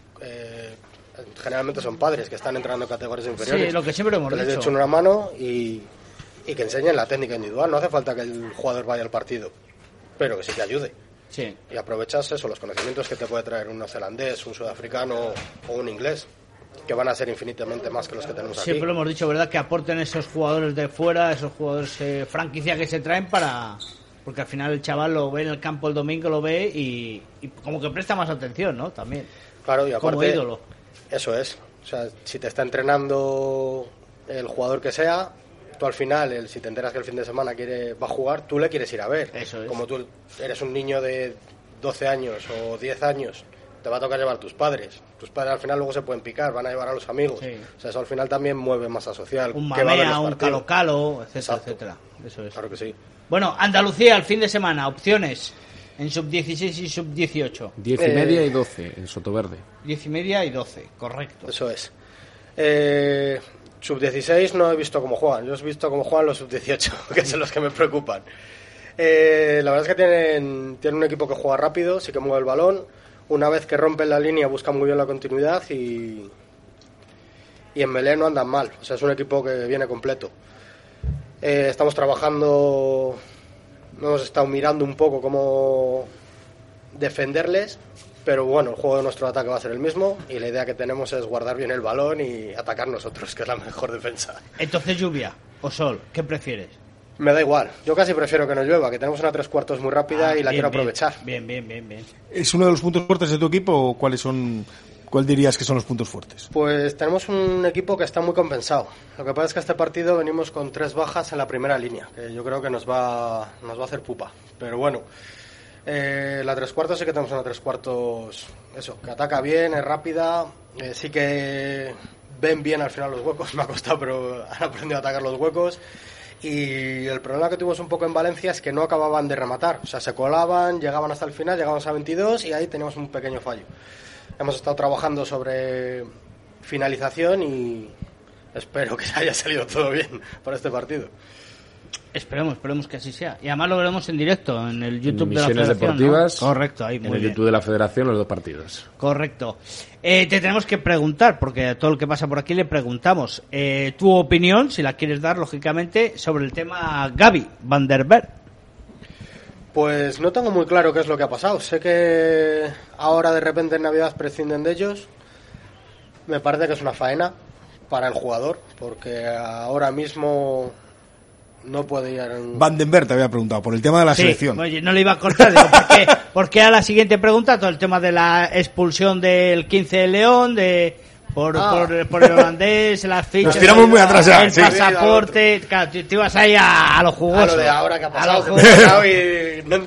generalmente son padres que están entrenando en categorías inferiores. Sí, lo que siempre hemos dicho. Les echen una mano y que enseñen la técnica individual. No hace falta que el jugador vaya al partido, pero que sí que ayude. Sí. Y aprovechas eso, los conocimientos que te puede traer un neozelandés, un sudafricano o un inglés, que van a ser infinitamente más que los que tenemos aquí. Siempre lo hemos dicho, ¿verdad? Que aporten esos jugadores de fuera, esos jugadores franquicia que se traen para... Porque al final el chaval lo ve en el campo el domingo, lo ve y como que presta más atención, ¿no? También. Claro, y aparte... Como ídolo. Eso es. O sea, si te está entrenando el jugador que sea, tú al final, si te enteras que el fin de semana va a jugar, tú le quieres ir a ver. Eso es. Como tú eres un niño de 12 años o 10 años, te va a tocar llevar tus padres. Tus padres al final luego se pueden picar, van a llevar a los amigos. Sí. O sea, eso al final también mueve masa social. Un que va a ver mamea, los un partidos. calo-calo, etcétera, Exacto. etcétera. Eso es. Claro que sí. Bueno, Andalucía, el fin de semana, opciones en sub-16 y sub-18. 10:30 y 12 en Sotoverde. 10:30 y 12, correcto. Eso es. Sub-16 no he visto cómo juegan. Yo he visto cómo juegan los sub-18, que son los que me preocupan. La verdad es que tienen un equipo que juega rápido, sí que mueve el balón. Una vez que rompen la línea buscan muy bien la continuidad y en Belén no andan mal. O sea, es un equipo que viene completo. Estamos trabajando, hemos estado mirando un poco cómo defenderles, pero bueno, el juego de nuestro ataque va a ser el mismo y la idea que tenemos es guardar bien el balón y atacar nosotros, que es la mejor defensa. Entonces, lluvia o sol, ¿qué prefieres? Me da igual, yo casi prefiero que no llueva, que tenemos una 3/4 muy rápida y la quiero aprovechar. Bien. ¿Es uno de los puntos fuertes de tu equipo o cuál dirías que son los puntos fuertes? Pues tenemos un equipo que está muy compensado. Lo que pasa es que este partido venimos con 3 bajas en la primera línea, que yo creo que nos va a hacer pupa. Pero bueno, la 3/4 sí que tenemos una 3/4, eso, que ataca bien, es rápida, sí que ven bien al final los huecos, me ha costado, pero han aprendido a atacar los huecos. Y el problema que tuvimos un poco en Valencia es que no acababan de rematar, o sea, se colaban, llegaban hasta el final, llegábamos a 22 y ahí teníamos un pequeño fallo. Hemos estado trabajando sobre finalización y espero que haya salido todo bien para este partido. Esperemos que así sea. Y además lo veremos en directo en el YouTube de la Misiones Federación, Deportivas, ¿no? Correcto, ahí, muy en el bien. YouTube de la Federación, los 2 partidos. Correcto. Te tenemos que preguntar, porque a todo el que pasa por aquí le preguntamos tu opinión, si la quieres dar, lógicamente, sobre el tema Gavi Van der Berg. Pues no tengo muy claro qué es lo que ha pasado. Sé que ahora de repente en Navidad prescinden de ellos. Me parece que es una faena para el jugador, porque ahora mismo no puede ir en... Van den Berg te había preguntado, por el tema de la selección. Oye, no le iba a cortar, digo, ¿por qué a la siguiente pregunta? Todo el tema de la expulsión del 15 de León, por el holandés, las fichas... Nos tiramos muy atrás ya. El pasaporte... Claro, te ibas ahí a lo jugoso. A lo de ahora que ha pasado. Y no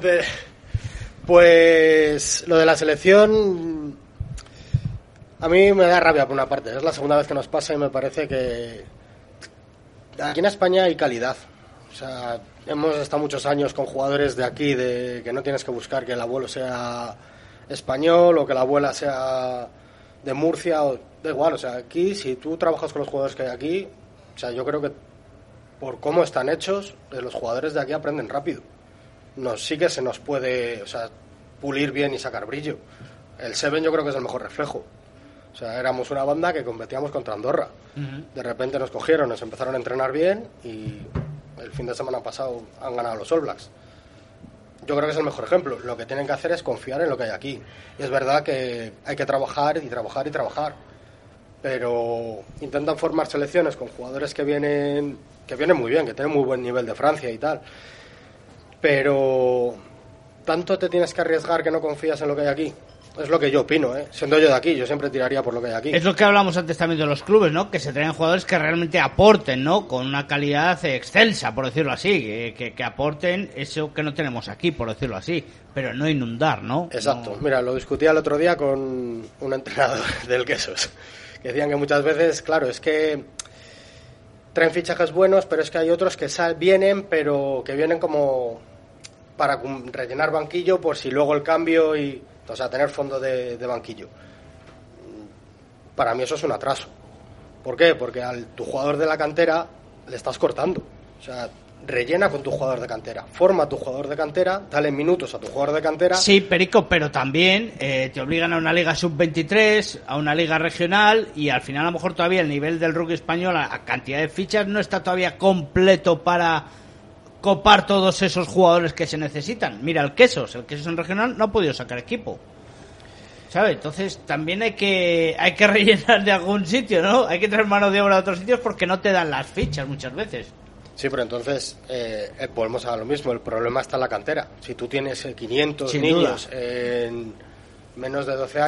pues lo de la selección... A mí me da rabia por una parte. Es la segunda vez que nos pasa y me parece que... Aquí en España hay calidad. O sea, hemos estado muchos años con jugadores de aquí, de que no tienes que buscar que el abuelo sea español o que la abuela sea de Murcia, o da igual. O sea, aquí, si tú trabajas con los jugadores que hay aquí, o sea, yo creo que por cómo están hechos, los jugadores de aquí aprenden rápido. Sí que se nos puede, o sea, pulir bien y sacar brillo. El Seven yo creo que es el mejor reflejo. O sea, éramos una banda que competíamos contra Andorra. De repente nos cogieron, nos empezaron a entrenar bien y el fin de semana pasado han ganado los All Blacks. Yo creo que es el mejor ejemplo. Lo que tienen que hacer es confiar en lo que hay aquí. Y es verdad que hay que trabajar y trabajar y trabajar. Pero intentan formar selecciones con jugadores que vienen muy bien, que tienen muy buen nivel de Francia y tal. Pero ¿tanto te tienes que arriesgar que no confías en lo que hay aquí? Es lo que yo opino, ¿eh? Siendo yo de aquí, yo siempre tiraría por lo que hay aquí. Es lo que hablamos antes también de los clubes, ¿no? Que se traen jugadores que realmente aporten, ¿no? Con una calidad excelsa, por decirlo así. Que aporten eso que no tenemos aquí, por decirlo así. Pero no inundar, ¿no? Exacto. No... Mira, lo discutía el otro día con un entrenador del Quesos. Que decían que muchas veces, claro, es que traen fichajes buenos, pero es que hay otros que vienen, pero que vienen como para rellenar banquillo por si luego el cambio y... O sea, tener fondo de banquillo. Para mí eso es un atraso. ¿Por qué? Porque tu jugador de la cantera le estás cortando. O sea, rellena con tu jugador de cantera. Forma a tu jugador de cantera, dale minutos a tu jugador de cantera. Sí, Perico, pero también te obligan a una liga sub-23, a una liga regional, y al final a lo mejor todavía el nivel del rugby español, a cantidad de fichas, no está todavía completo para copar todos esos jugadores que se necesitan. Mira, el Quesos en regional no ha podido sacar equipo, ¿sabes? Entonces también hay que rellenar de algún sitio, ¿no? Hay que traer mano de obra de otros sitios porque no te dan las fichas muchas veces. Sí, pero entonces volvemos a lo mismo. El problema está en la cantera. Si tú tienes 500 Sin niños duda. en menores de 12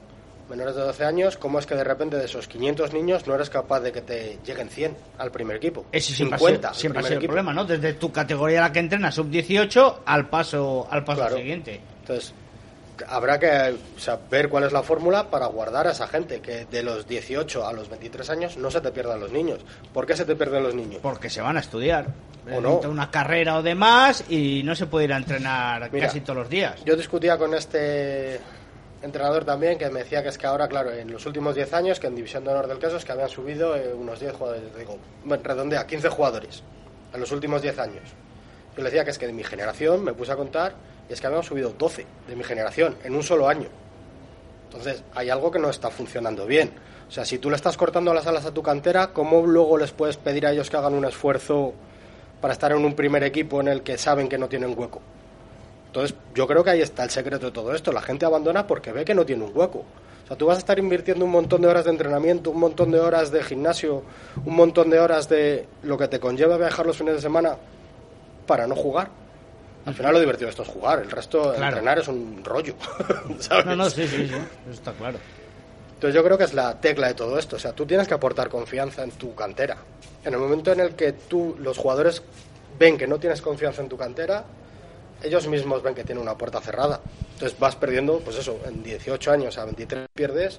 años, ¿cómo es que de repente de esos 500 niños no eres capaz de que te lleguen 100 al primer equipo? Ese 50 siempre ha sido el equipo. problema, ¿no? Desde tu categoría a la que entrenas, sub-18, al paso Claro. siguiente. Entonces, habrá que ver cuál es la fórmula para guardar a esa gente, que de los 18 a los 23 años no se te pierdan los niños. ¿Por qué se te pierden los niños? Porque se van a estudiar. ¿O no? Una carrera o demás y no se puede ir a entrenar Mira, casi todos los días. Yo discutía con este entrenador también, que me decía que es que ahora, claro, en los últimos 10 años, que en División de Honor del Quesos, que habían subido unos 10 jugadores, digo, bueno, redondea, 15 jugadores en los últimos 10 años. Yo le decía que es que de mi generación, me puse a contar, y es que habíamos subido 12 de mi generación en un solo año. Entonces, hay algo que no está funcionando bien. O sea, si tú le estás cortando las alas a tu cantera, ¿cómo luego les puedes pedir a ellos que hagan un esfuerzo para estar en un primer equipo en el que saben que no tienen hueco? Entonces, yo creo que ahí está el secreto de todo esto. La gente abandona porque ve que no tiene un hueco. O sea, tú vas a estar invirtiendo un montón de horas de entrenamiento, un montón de horas de gimnasio, un montón de horas de lo que te conlleva viajar los fines de semana para no jugar. Al final lo divertido de esto es jugar, el resto, Claro. entrenar es un rollo, ¿sabes? No, sí, eso está claro. Entonces yo creo que es la tecla de todo esto. O sea, tú tienes que aportar confianza en tu cantera. En el momento en el que los jugadores ven que no tienes confianza en tu cantera, ellos mismos ven que tienen una puerta cerrada. Entonces vas perdiendo, pues eso, en 18 años a 23 pierdes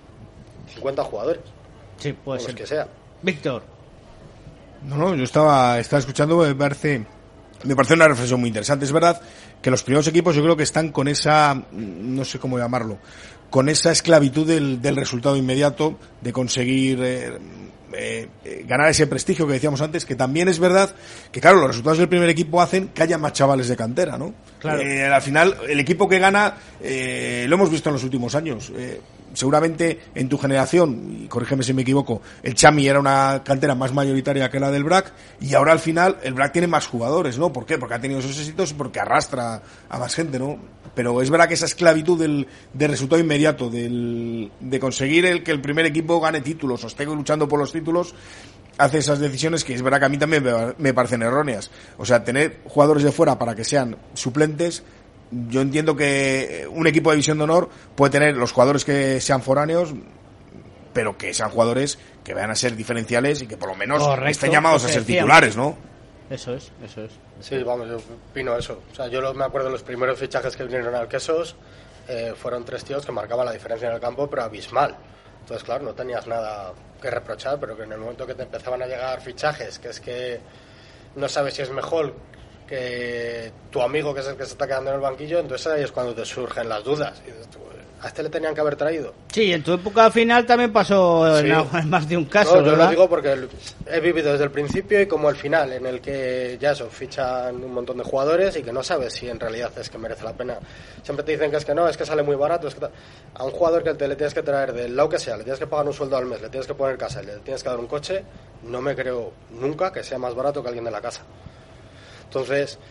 50 jugadores. Sí, puede ser. Los que sea. Víctor. No, yo estaba escuchando, me parece una reflexión muy interesante. Es verdad que los primeros equipos yo creo que están con esa, no sé cómo llamarlo, con esa esclavitud del resultado inmediato, de conseguir ganar ese prestigio que decíamos antes, que también es verdad que, claro, los resultados del primer equipo hacen que haya más chavales de cantera, ¿no? Claro. Al final, el equipo que gana, lo hemos visto en los últimos años. Seguramente en tu generación, y corrígeme si me equivoco, el Chami era una cantera más mayoritaria que la del BRAC, y ahora al final el BRAC tiene más jugadores, ¿no? ¿Por qué? Porque ha tenido esos éxitos y porque arrastra a más gente, ¿no? Pero es verdad que esa esclavitud del resultado inmediato, de conseguir que el primer equipo gane títulos o esté luchando por los títulos, hace esas decisiones que es verdad que a mí también me parecen erróneas. O sea, tener jugadores de fuera para que sean suplentes, yo entiendo que un equipo de división de honor puede tener los jugadores que sean foráneos, pero que sean jugadores que vayan a ser diferenciales y que por lo menos estén llamados a ser titulares, ¿no? Eso es. Sí, vamos, yo opino eso. O sea, yo me acuerdo de los primeros fichajes que vinieron al Quesos, fueron 3 tíos que marcaban la diferencia en el campo, pero abismal. Entonces, claro, no tenías nada que reprochar, pero que en el momento que te empezaban a llegar fichajes, que es que no sabes si es mejor que tu amigo, que es el que se está quedando en el banquillo, entonces ahí es cuando te surgen las dudas. Y dices tú, a este le tenían que haber traído. Sí, en tu época final también pasó en más de un caso, no, yo ¿verdad? lo digo porque he vivido desde el principio y como el final, en el que ya eso, fichan un montón de jugadores y que no sabes si en realidad es que merece la pena. Siempre te dicen que es que no, es que sale muy barato. Es que a un jugador que te le tienes que traer del lado que sea, le tienes que pagar un sueldo al mes, le tienes que poner casa, le tienes que dar un coche, no me creo nunca que sea más barato que alguien de la casa. Entonces,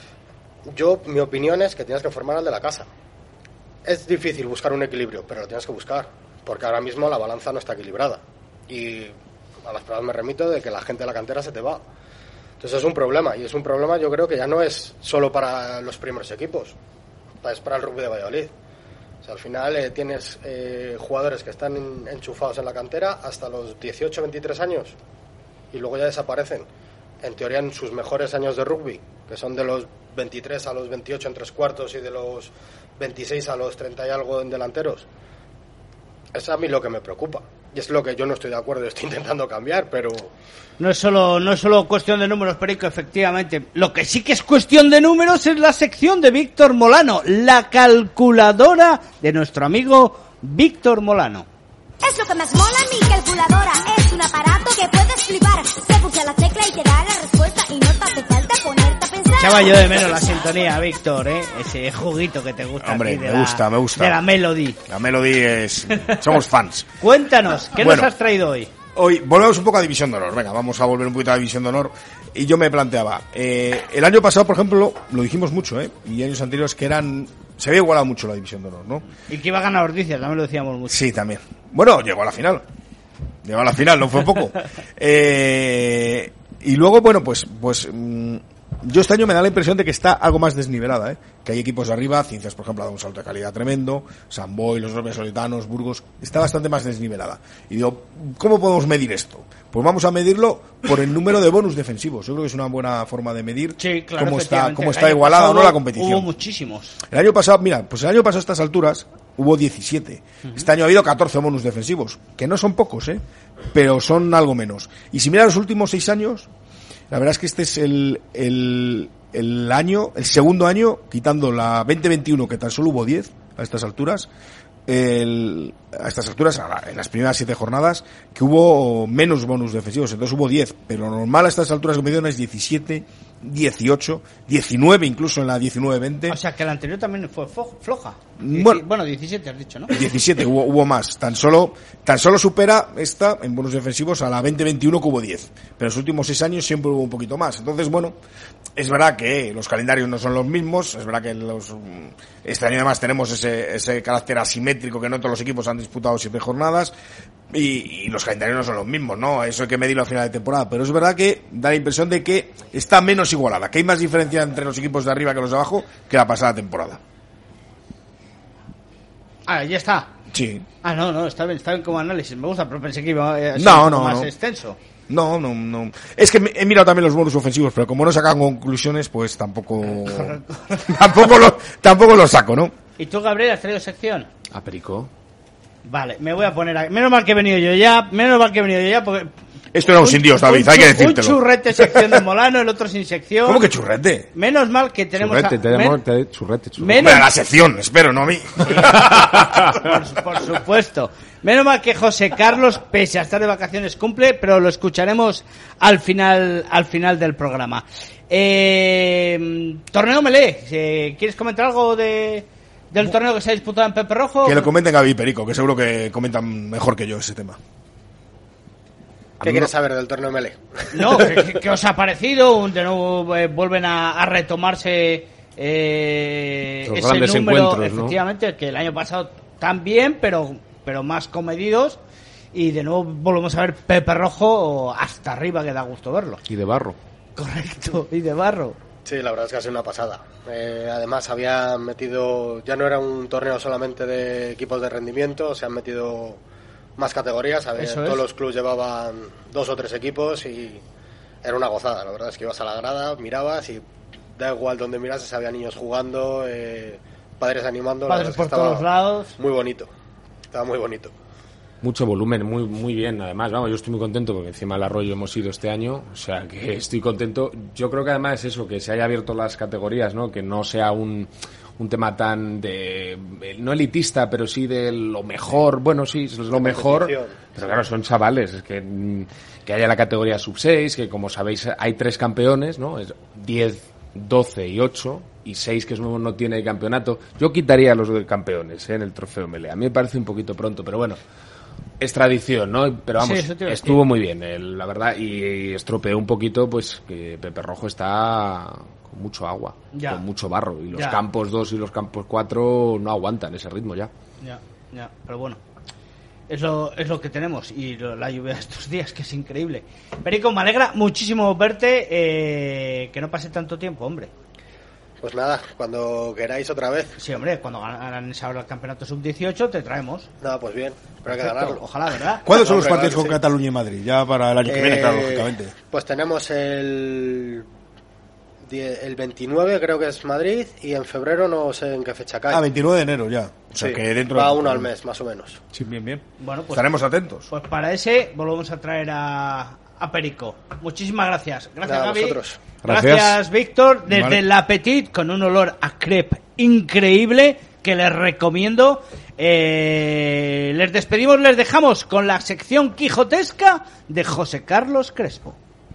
mi opinión es que tienes que formar al de la casa. Es difícil buscar un equilibrio, pero lo tienes que buscar, porque ahora mismo la balanza no está equilibrada. Y a las pruebas me remito de que la gente de la cantera se te va. Entonces es un problema, y es un problema yo creo que ya no es solo para los primeros equipos, es para el rugby de Valladolid. O sea, al final tienes jugadores que están enchufados en la cantera hasta los 18, 23 años, y luego ya desaparecen. En teoría en sus mejores años de rugby, que son de los 23 a los 28 en 3/4 y de los 26 a los 30 y algo en delanteros. Es a mí lo que me preocupa. Y es lo que yo no estoy de acuerdo, estoy intentando cambiar, pero... No es solo cuestión de números, Perico, efectivamente. Lo que sí que es cuestión de números es la sección de Víctor Molano, la calculadora de nuestro amigo Víctor Molano. Es lo que más mola mi calculadora. Es un aparato que puedes flipar. Se pulsa la tecla y te da la respuesta y no te hace falta ponerte a pensar. Echaba yo de menos la sintonía, Víctor, ese juguito que te gusta. Hombre, aquí me gusta. De la Melody. La Melody es... Somos fans. Cuéntanos, ¿qué nos has traído hoy? Hoy volvemos un poco a División de Honor. Venga, vamos a volver un poquito a División de Honor. Y yo me planteaba, el año pasado, por ejemplo, lo dijimos mucho, y años anteriores que se había igualado mucho la División de Honor, ¿no? Y que iba a ganar Ordizia, también lo decíamos mucho. Sí, también. Bueno, llegó a la final, no fue poco. Y luego, bueno, pues yo este año me da la impresión de que está algo más desnivelada, que hay equipos de arriba, Ciencias, por ejemplo, ha dado un salto de calidad tremendo, San Boi, los Solitanos, Burgos, está bastante más desnivelada. Y digo, ¿cómo podemos medir esto? Pues vamos a medirlo por el número de bonus defensivos. Yo creo que es una buena forma de medir cómo está igualada o no la competición. Hubo muchísimos. El año pasado a estas alturas hubo 17. Este año ha habido 14 bonus defensivos, que no son pocos, pero son algo menos. Y si miras los últimos 6 años, la verdad es que este es el segundo año, quitando la 2021, que tan solo hubo 10 a estas alturas, en las primeras 7 jornadas, que hubo menos bonus defensivos, entonces hubo 10, pero lo normal a estas alturas de competición es 17, 18, 19 incluso en la 19-20. O sea que la anterior también fue floja. Bueno, 17 has dicho, ¿no? 17, hubo más. Tan solo supera esta en bonus defensivos a la 20-21 que hubo 10. Pero en los últimos 6 años siempre hubo un poquito más. Entonces, bueno, es verdad que los calendarios no son los mismos. Es verdad que este año además tenemos ese carácter asimétrico que no todos los equipos han disputado 7 jornadas. Y los calendarios no son los mismos, ¿no? Eso hay que medirlo a final de temporada. Pero es verdad que da la impresión de que está menos igualada, que hay más diferencia entre los equipos de arriba que los de abajo que la pasada temporada. Ah, ya está. Sí. Ah, no, está bien como análisis. Me gusta, pero pensé que iba a ser más extenso. No. Es que he mirado también los bonus ofensivos, pero como no sacan conclusiones, pues tampoco lo saco, ¿no? ¿Y tú, Gabriel, has traído sección? A Perico. Vale, me voy a poner Menos mal que he venido yo ya, porque... Esto era un sin Dios, David, hay que decírtelo. Un churrete sección de Molano, el otro sin sección. ¿Cómo que churrete? Menos mal que tenemos... Churrete. Menos... a la sección, espero, no a mí. Por supuesto. Menos mal que José Carlos, pese a estar de vacaciones, cumple, pero lo escucharemos al final del programa. Torneo Melé, ¿quieres comentar algo del torneo que se ha disputado en Pepe Rojo? Que lo comenten Gaby y Perico, que seguro que comentan mejor que yo ese tema. ¿Qué quieres saber del torneo Melé? No, ¿qué os ha parecido? De nuevo vuelven a retomarse ese número, efectivamente, ¿no? Que el año pasado también, pero más comedidos, y de nuevo volvemos a ver Pepe Rojo hasta arriba, que da gusto verlo. Y de barro. Correcto, y de barro. Sí, la verdad es que ha sido una pasada. Además había metido, ya no era un torneo solamente de equipos de rendimiento, se han metido más categorías, todos los clubes llevaban 2 o 3 equipos y era una gozada. La verdad es que ibas a la grada, mirabas y da igual donde mirases, había niños jugando, padres animando. Padres por todos lados. Muy bonito, estaba muy bonito. Mucho volumen, muy bien. Además, vamos, yo estoy muy contento porque encima del Arroyo hemos ido este año, o sea que estoy contento. Yo creo que además es eso, que se haya abierto las categorías, ¿no? Que no sea un tema tan no elitista, pero sí de lo mejor. Bueno, sí, es lo mejor, pero claro, son chavales. Es que haya la categoría sub-6, que como sabéis hay 3 campeones, ¿no? Es 10, 12 y 8, y 6 que no tiene campeonato. Yo quitaría los campeones en el trofeo Melé. A mí me parece un poquito pronto, pero bueno, es tradición, ¿no? Pero vamos, sí, estuvo muy bien, la verdad, y estropeó un poquito, pues, que Pepe Rojo está con mucho agua, con mucho barro, y los campos 2 y los campos 4 no aguantan ese ritmo ya. Ya, pero bueno, es lo que tenemos, y la lluvia de estos días, que es increíble. Perico, me alegra muchísimo verte, que no pase tanto tiempo, hombre. Pues nada, cuando queráis otra vez. Sí, hombre, cuando ganan ahora el campeonato sub-18 te traemos. No, pues bien, pero hay que ganarlo. Ojalá, ¿verdad? ¿Cuándo son los partidos con Cataluña y Madrid? Ya para el año que viene, claro, lógicamente. Pues tenemos el 29, creo que es Madrid, y en febrero no sé en qué fecha cae. 29 de enero ya. O sea, sí, que dentro va uno al mes, más o menos. Sí, bien. Bueno, pues estaremos atentos. Pues para ese volvemos a traer a Perico. Muchísimas gracias. Gracias, Gaby. Vosotros. Gracias, Víctor. Desde La Petit, con un olor a crepe increíble que les recomiendo. Les despedimos, les dejamos con la sección quijotesca de José Carlos Crespo.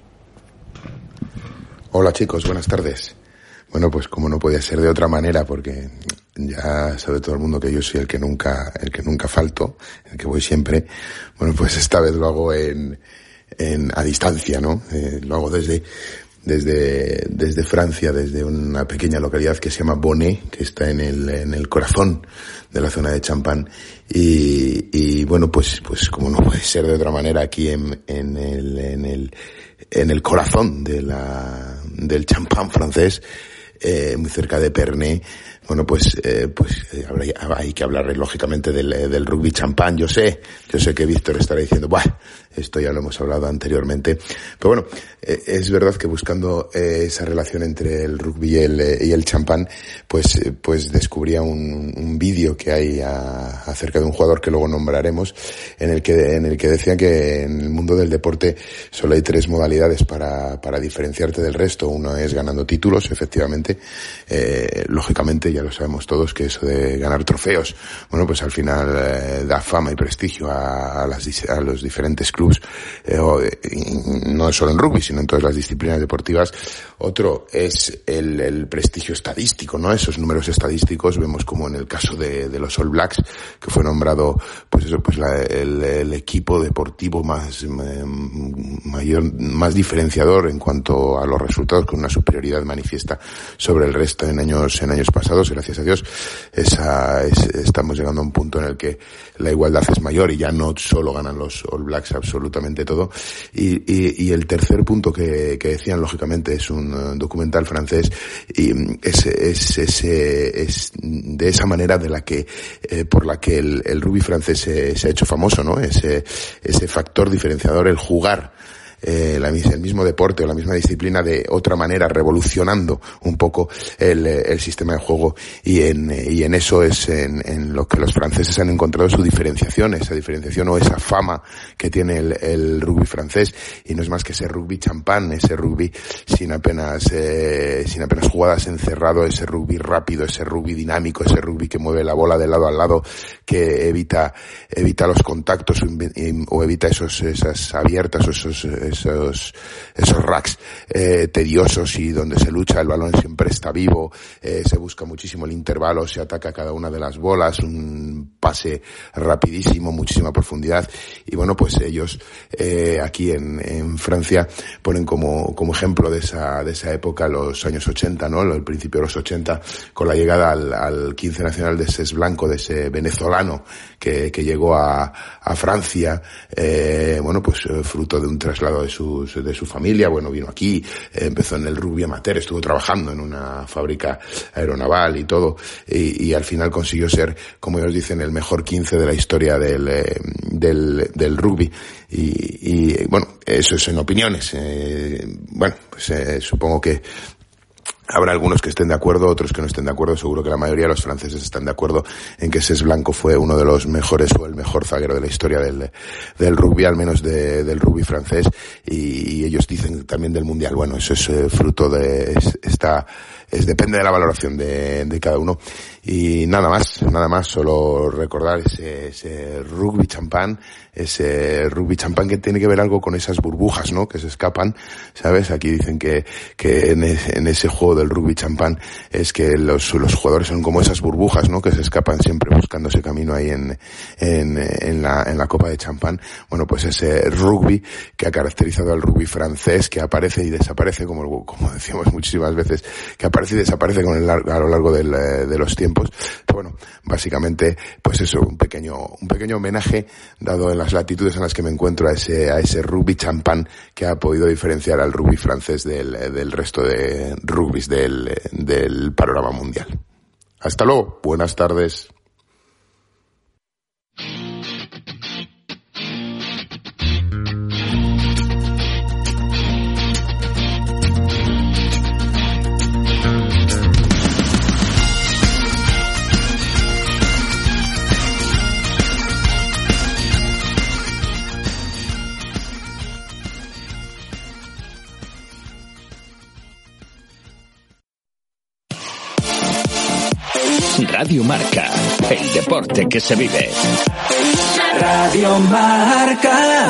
Hola chicos, buenas tardes. Bueno, pues como no podía ser de otra manera, porque ya sabe todo el mundo que yo soy el que nunca falto, el que voy siempre. Bueno, pues esta vez lo hago a distancia, ¿no? Lo hago desde Francia, desde una pequeña localidad que se llama Bonnet, que está en el corazón de la zona de Champagne. Y bueno, pues como no puede ser de otra manera, aquí en el corazón del champán francés, muy cerca de Pernay. Bueno, pues hay que hablar lógicamente del rugby champán. Yo sé que Víctor estará diciendo, esto ya lo hemos hablado anteriormente. Pero bueno, es verdad que buscando esa relación entre el rugby y el champán, pues descubría un vídeo que hay acerca de un jugador que luego nombraremos, en el que decía que en el mundo del deporte solo hay 3 modalidades para diferenciarte del resto. Uno es ganando títulos, efectivamente, lógicamente ya lo sabemos todos que eso de ganar trofeos, bueno, pues al final da fama y prestigio a los diferentes clubes, no solo en rugby, sino en todas las disciplinas deportivas. Otro es el prestigio estadístico, ¿no? Esos números estadísticos, vemos como en el caso de los All Blacks, que fue nombrado, el equipo deportivo más diferenciador en cuanto a los resultados, con una superioridad manifiesta sobre el resto en años pasados. Gracias a Dios, estamos llegando a un punto en el que la igualdad es mayor y ya no solo ganan los All Blacks absolutamente todo. Y el tercer punto que decían, lógicamente, es un documental francés, y es de esa manera por la que el rugby francés se ha hecho famoso, ¿no? Ese factor diferenciador, el jugar el mismo deporte o la misma disciplina de otra manera, revolucionando un poco el sistema de juego, y en eso es en lo que los franceses han encontrado su diferenciación, esa diferenciación o esa fama que tiene el rugby francés, y no es más que ese rugby champán, ese rugby sin apenas jugadas encerrado, ese rugby rápido, ese rugby dinámico, ese rugby que mueve la bola de lado a lado, que evita los contactos o evita esas abiertas o esos racks tediosos, y donde se lucha, el balón siempre está vivo, se busca muchísimo el intervalo, se ataca cada una de las bolas, un pase rapidísimo, muchísima profundidad. Y bueno, pues ellos aquí en Francia ponen como ejemplo de esa época los años 80, ¿no? El principio de los 80, con la llegada al 15 nacional de ese blanco, de ese venezolano que llegó a Francia, bueno, pues fruto de un traslado de su familia. Bueno, vino aquí, empezó en el rugby amateur, estuvo trabajando en una fábrica aeronaval y todo, y al final consiguió ser, como ellos dicen, el mejor 15 de la historia del rugby. Y bueno, eso es en opiniones. Bueno, pues supongo que habrá algunos que estén de acuerdo, otros que no estén de acuerdo. Seguro que la mayoría de los franceses están de acuerdo en que Cesc Blanco fue uno de los mejores o el mejor zaguero de la historia del rugby, al menos del rugby francés, y ellos dicen también del mundial. Bueno, eso es fruto depende de la valoración de cada uno. Y nada más, solo recordar ese rugby champán que tiene que ver algo con esas burbujas, ¿no? Que se escapan, ¿sabes? Aquí dicen que en ese juego del rugby champán es que los jugadores son como esas burbujas, ¿no? Que se escapan siempre buscando ese camino ahí en la copa de champán. Bueno, pues ese rugby que ha caracterizado al rugby francés, que aparece y desaparece, como decíamos muchísimas veces, que aparece y desaparece a lo largo de los tiempos. Pero bueno, básicamente, pues eso, un pequeño homenaje dado en las latitudes en las que me encuentro a ese rugby champán que ha podido diferenciar al rugby francés del resto de rugbys del panorama mundial. Hasta luego, buenas tardes. Radio Marca, el deporte que se vive. Radio Marca.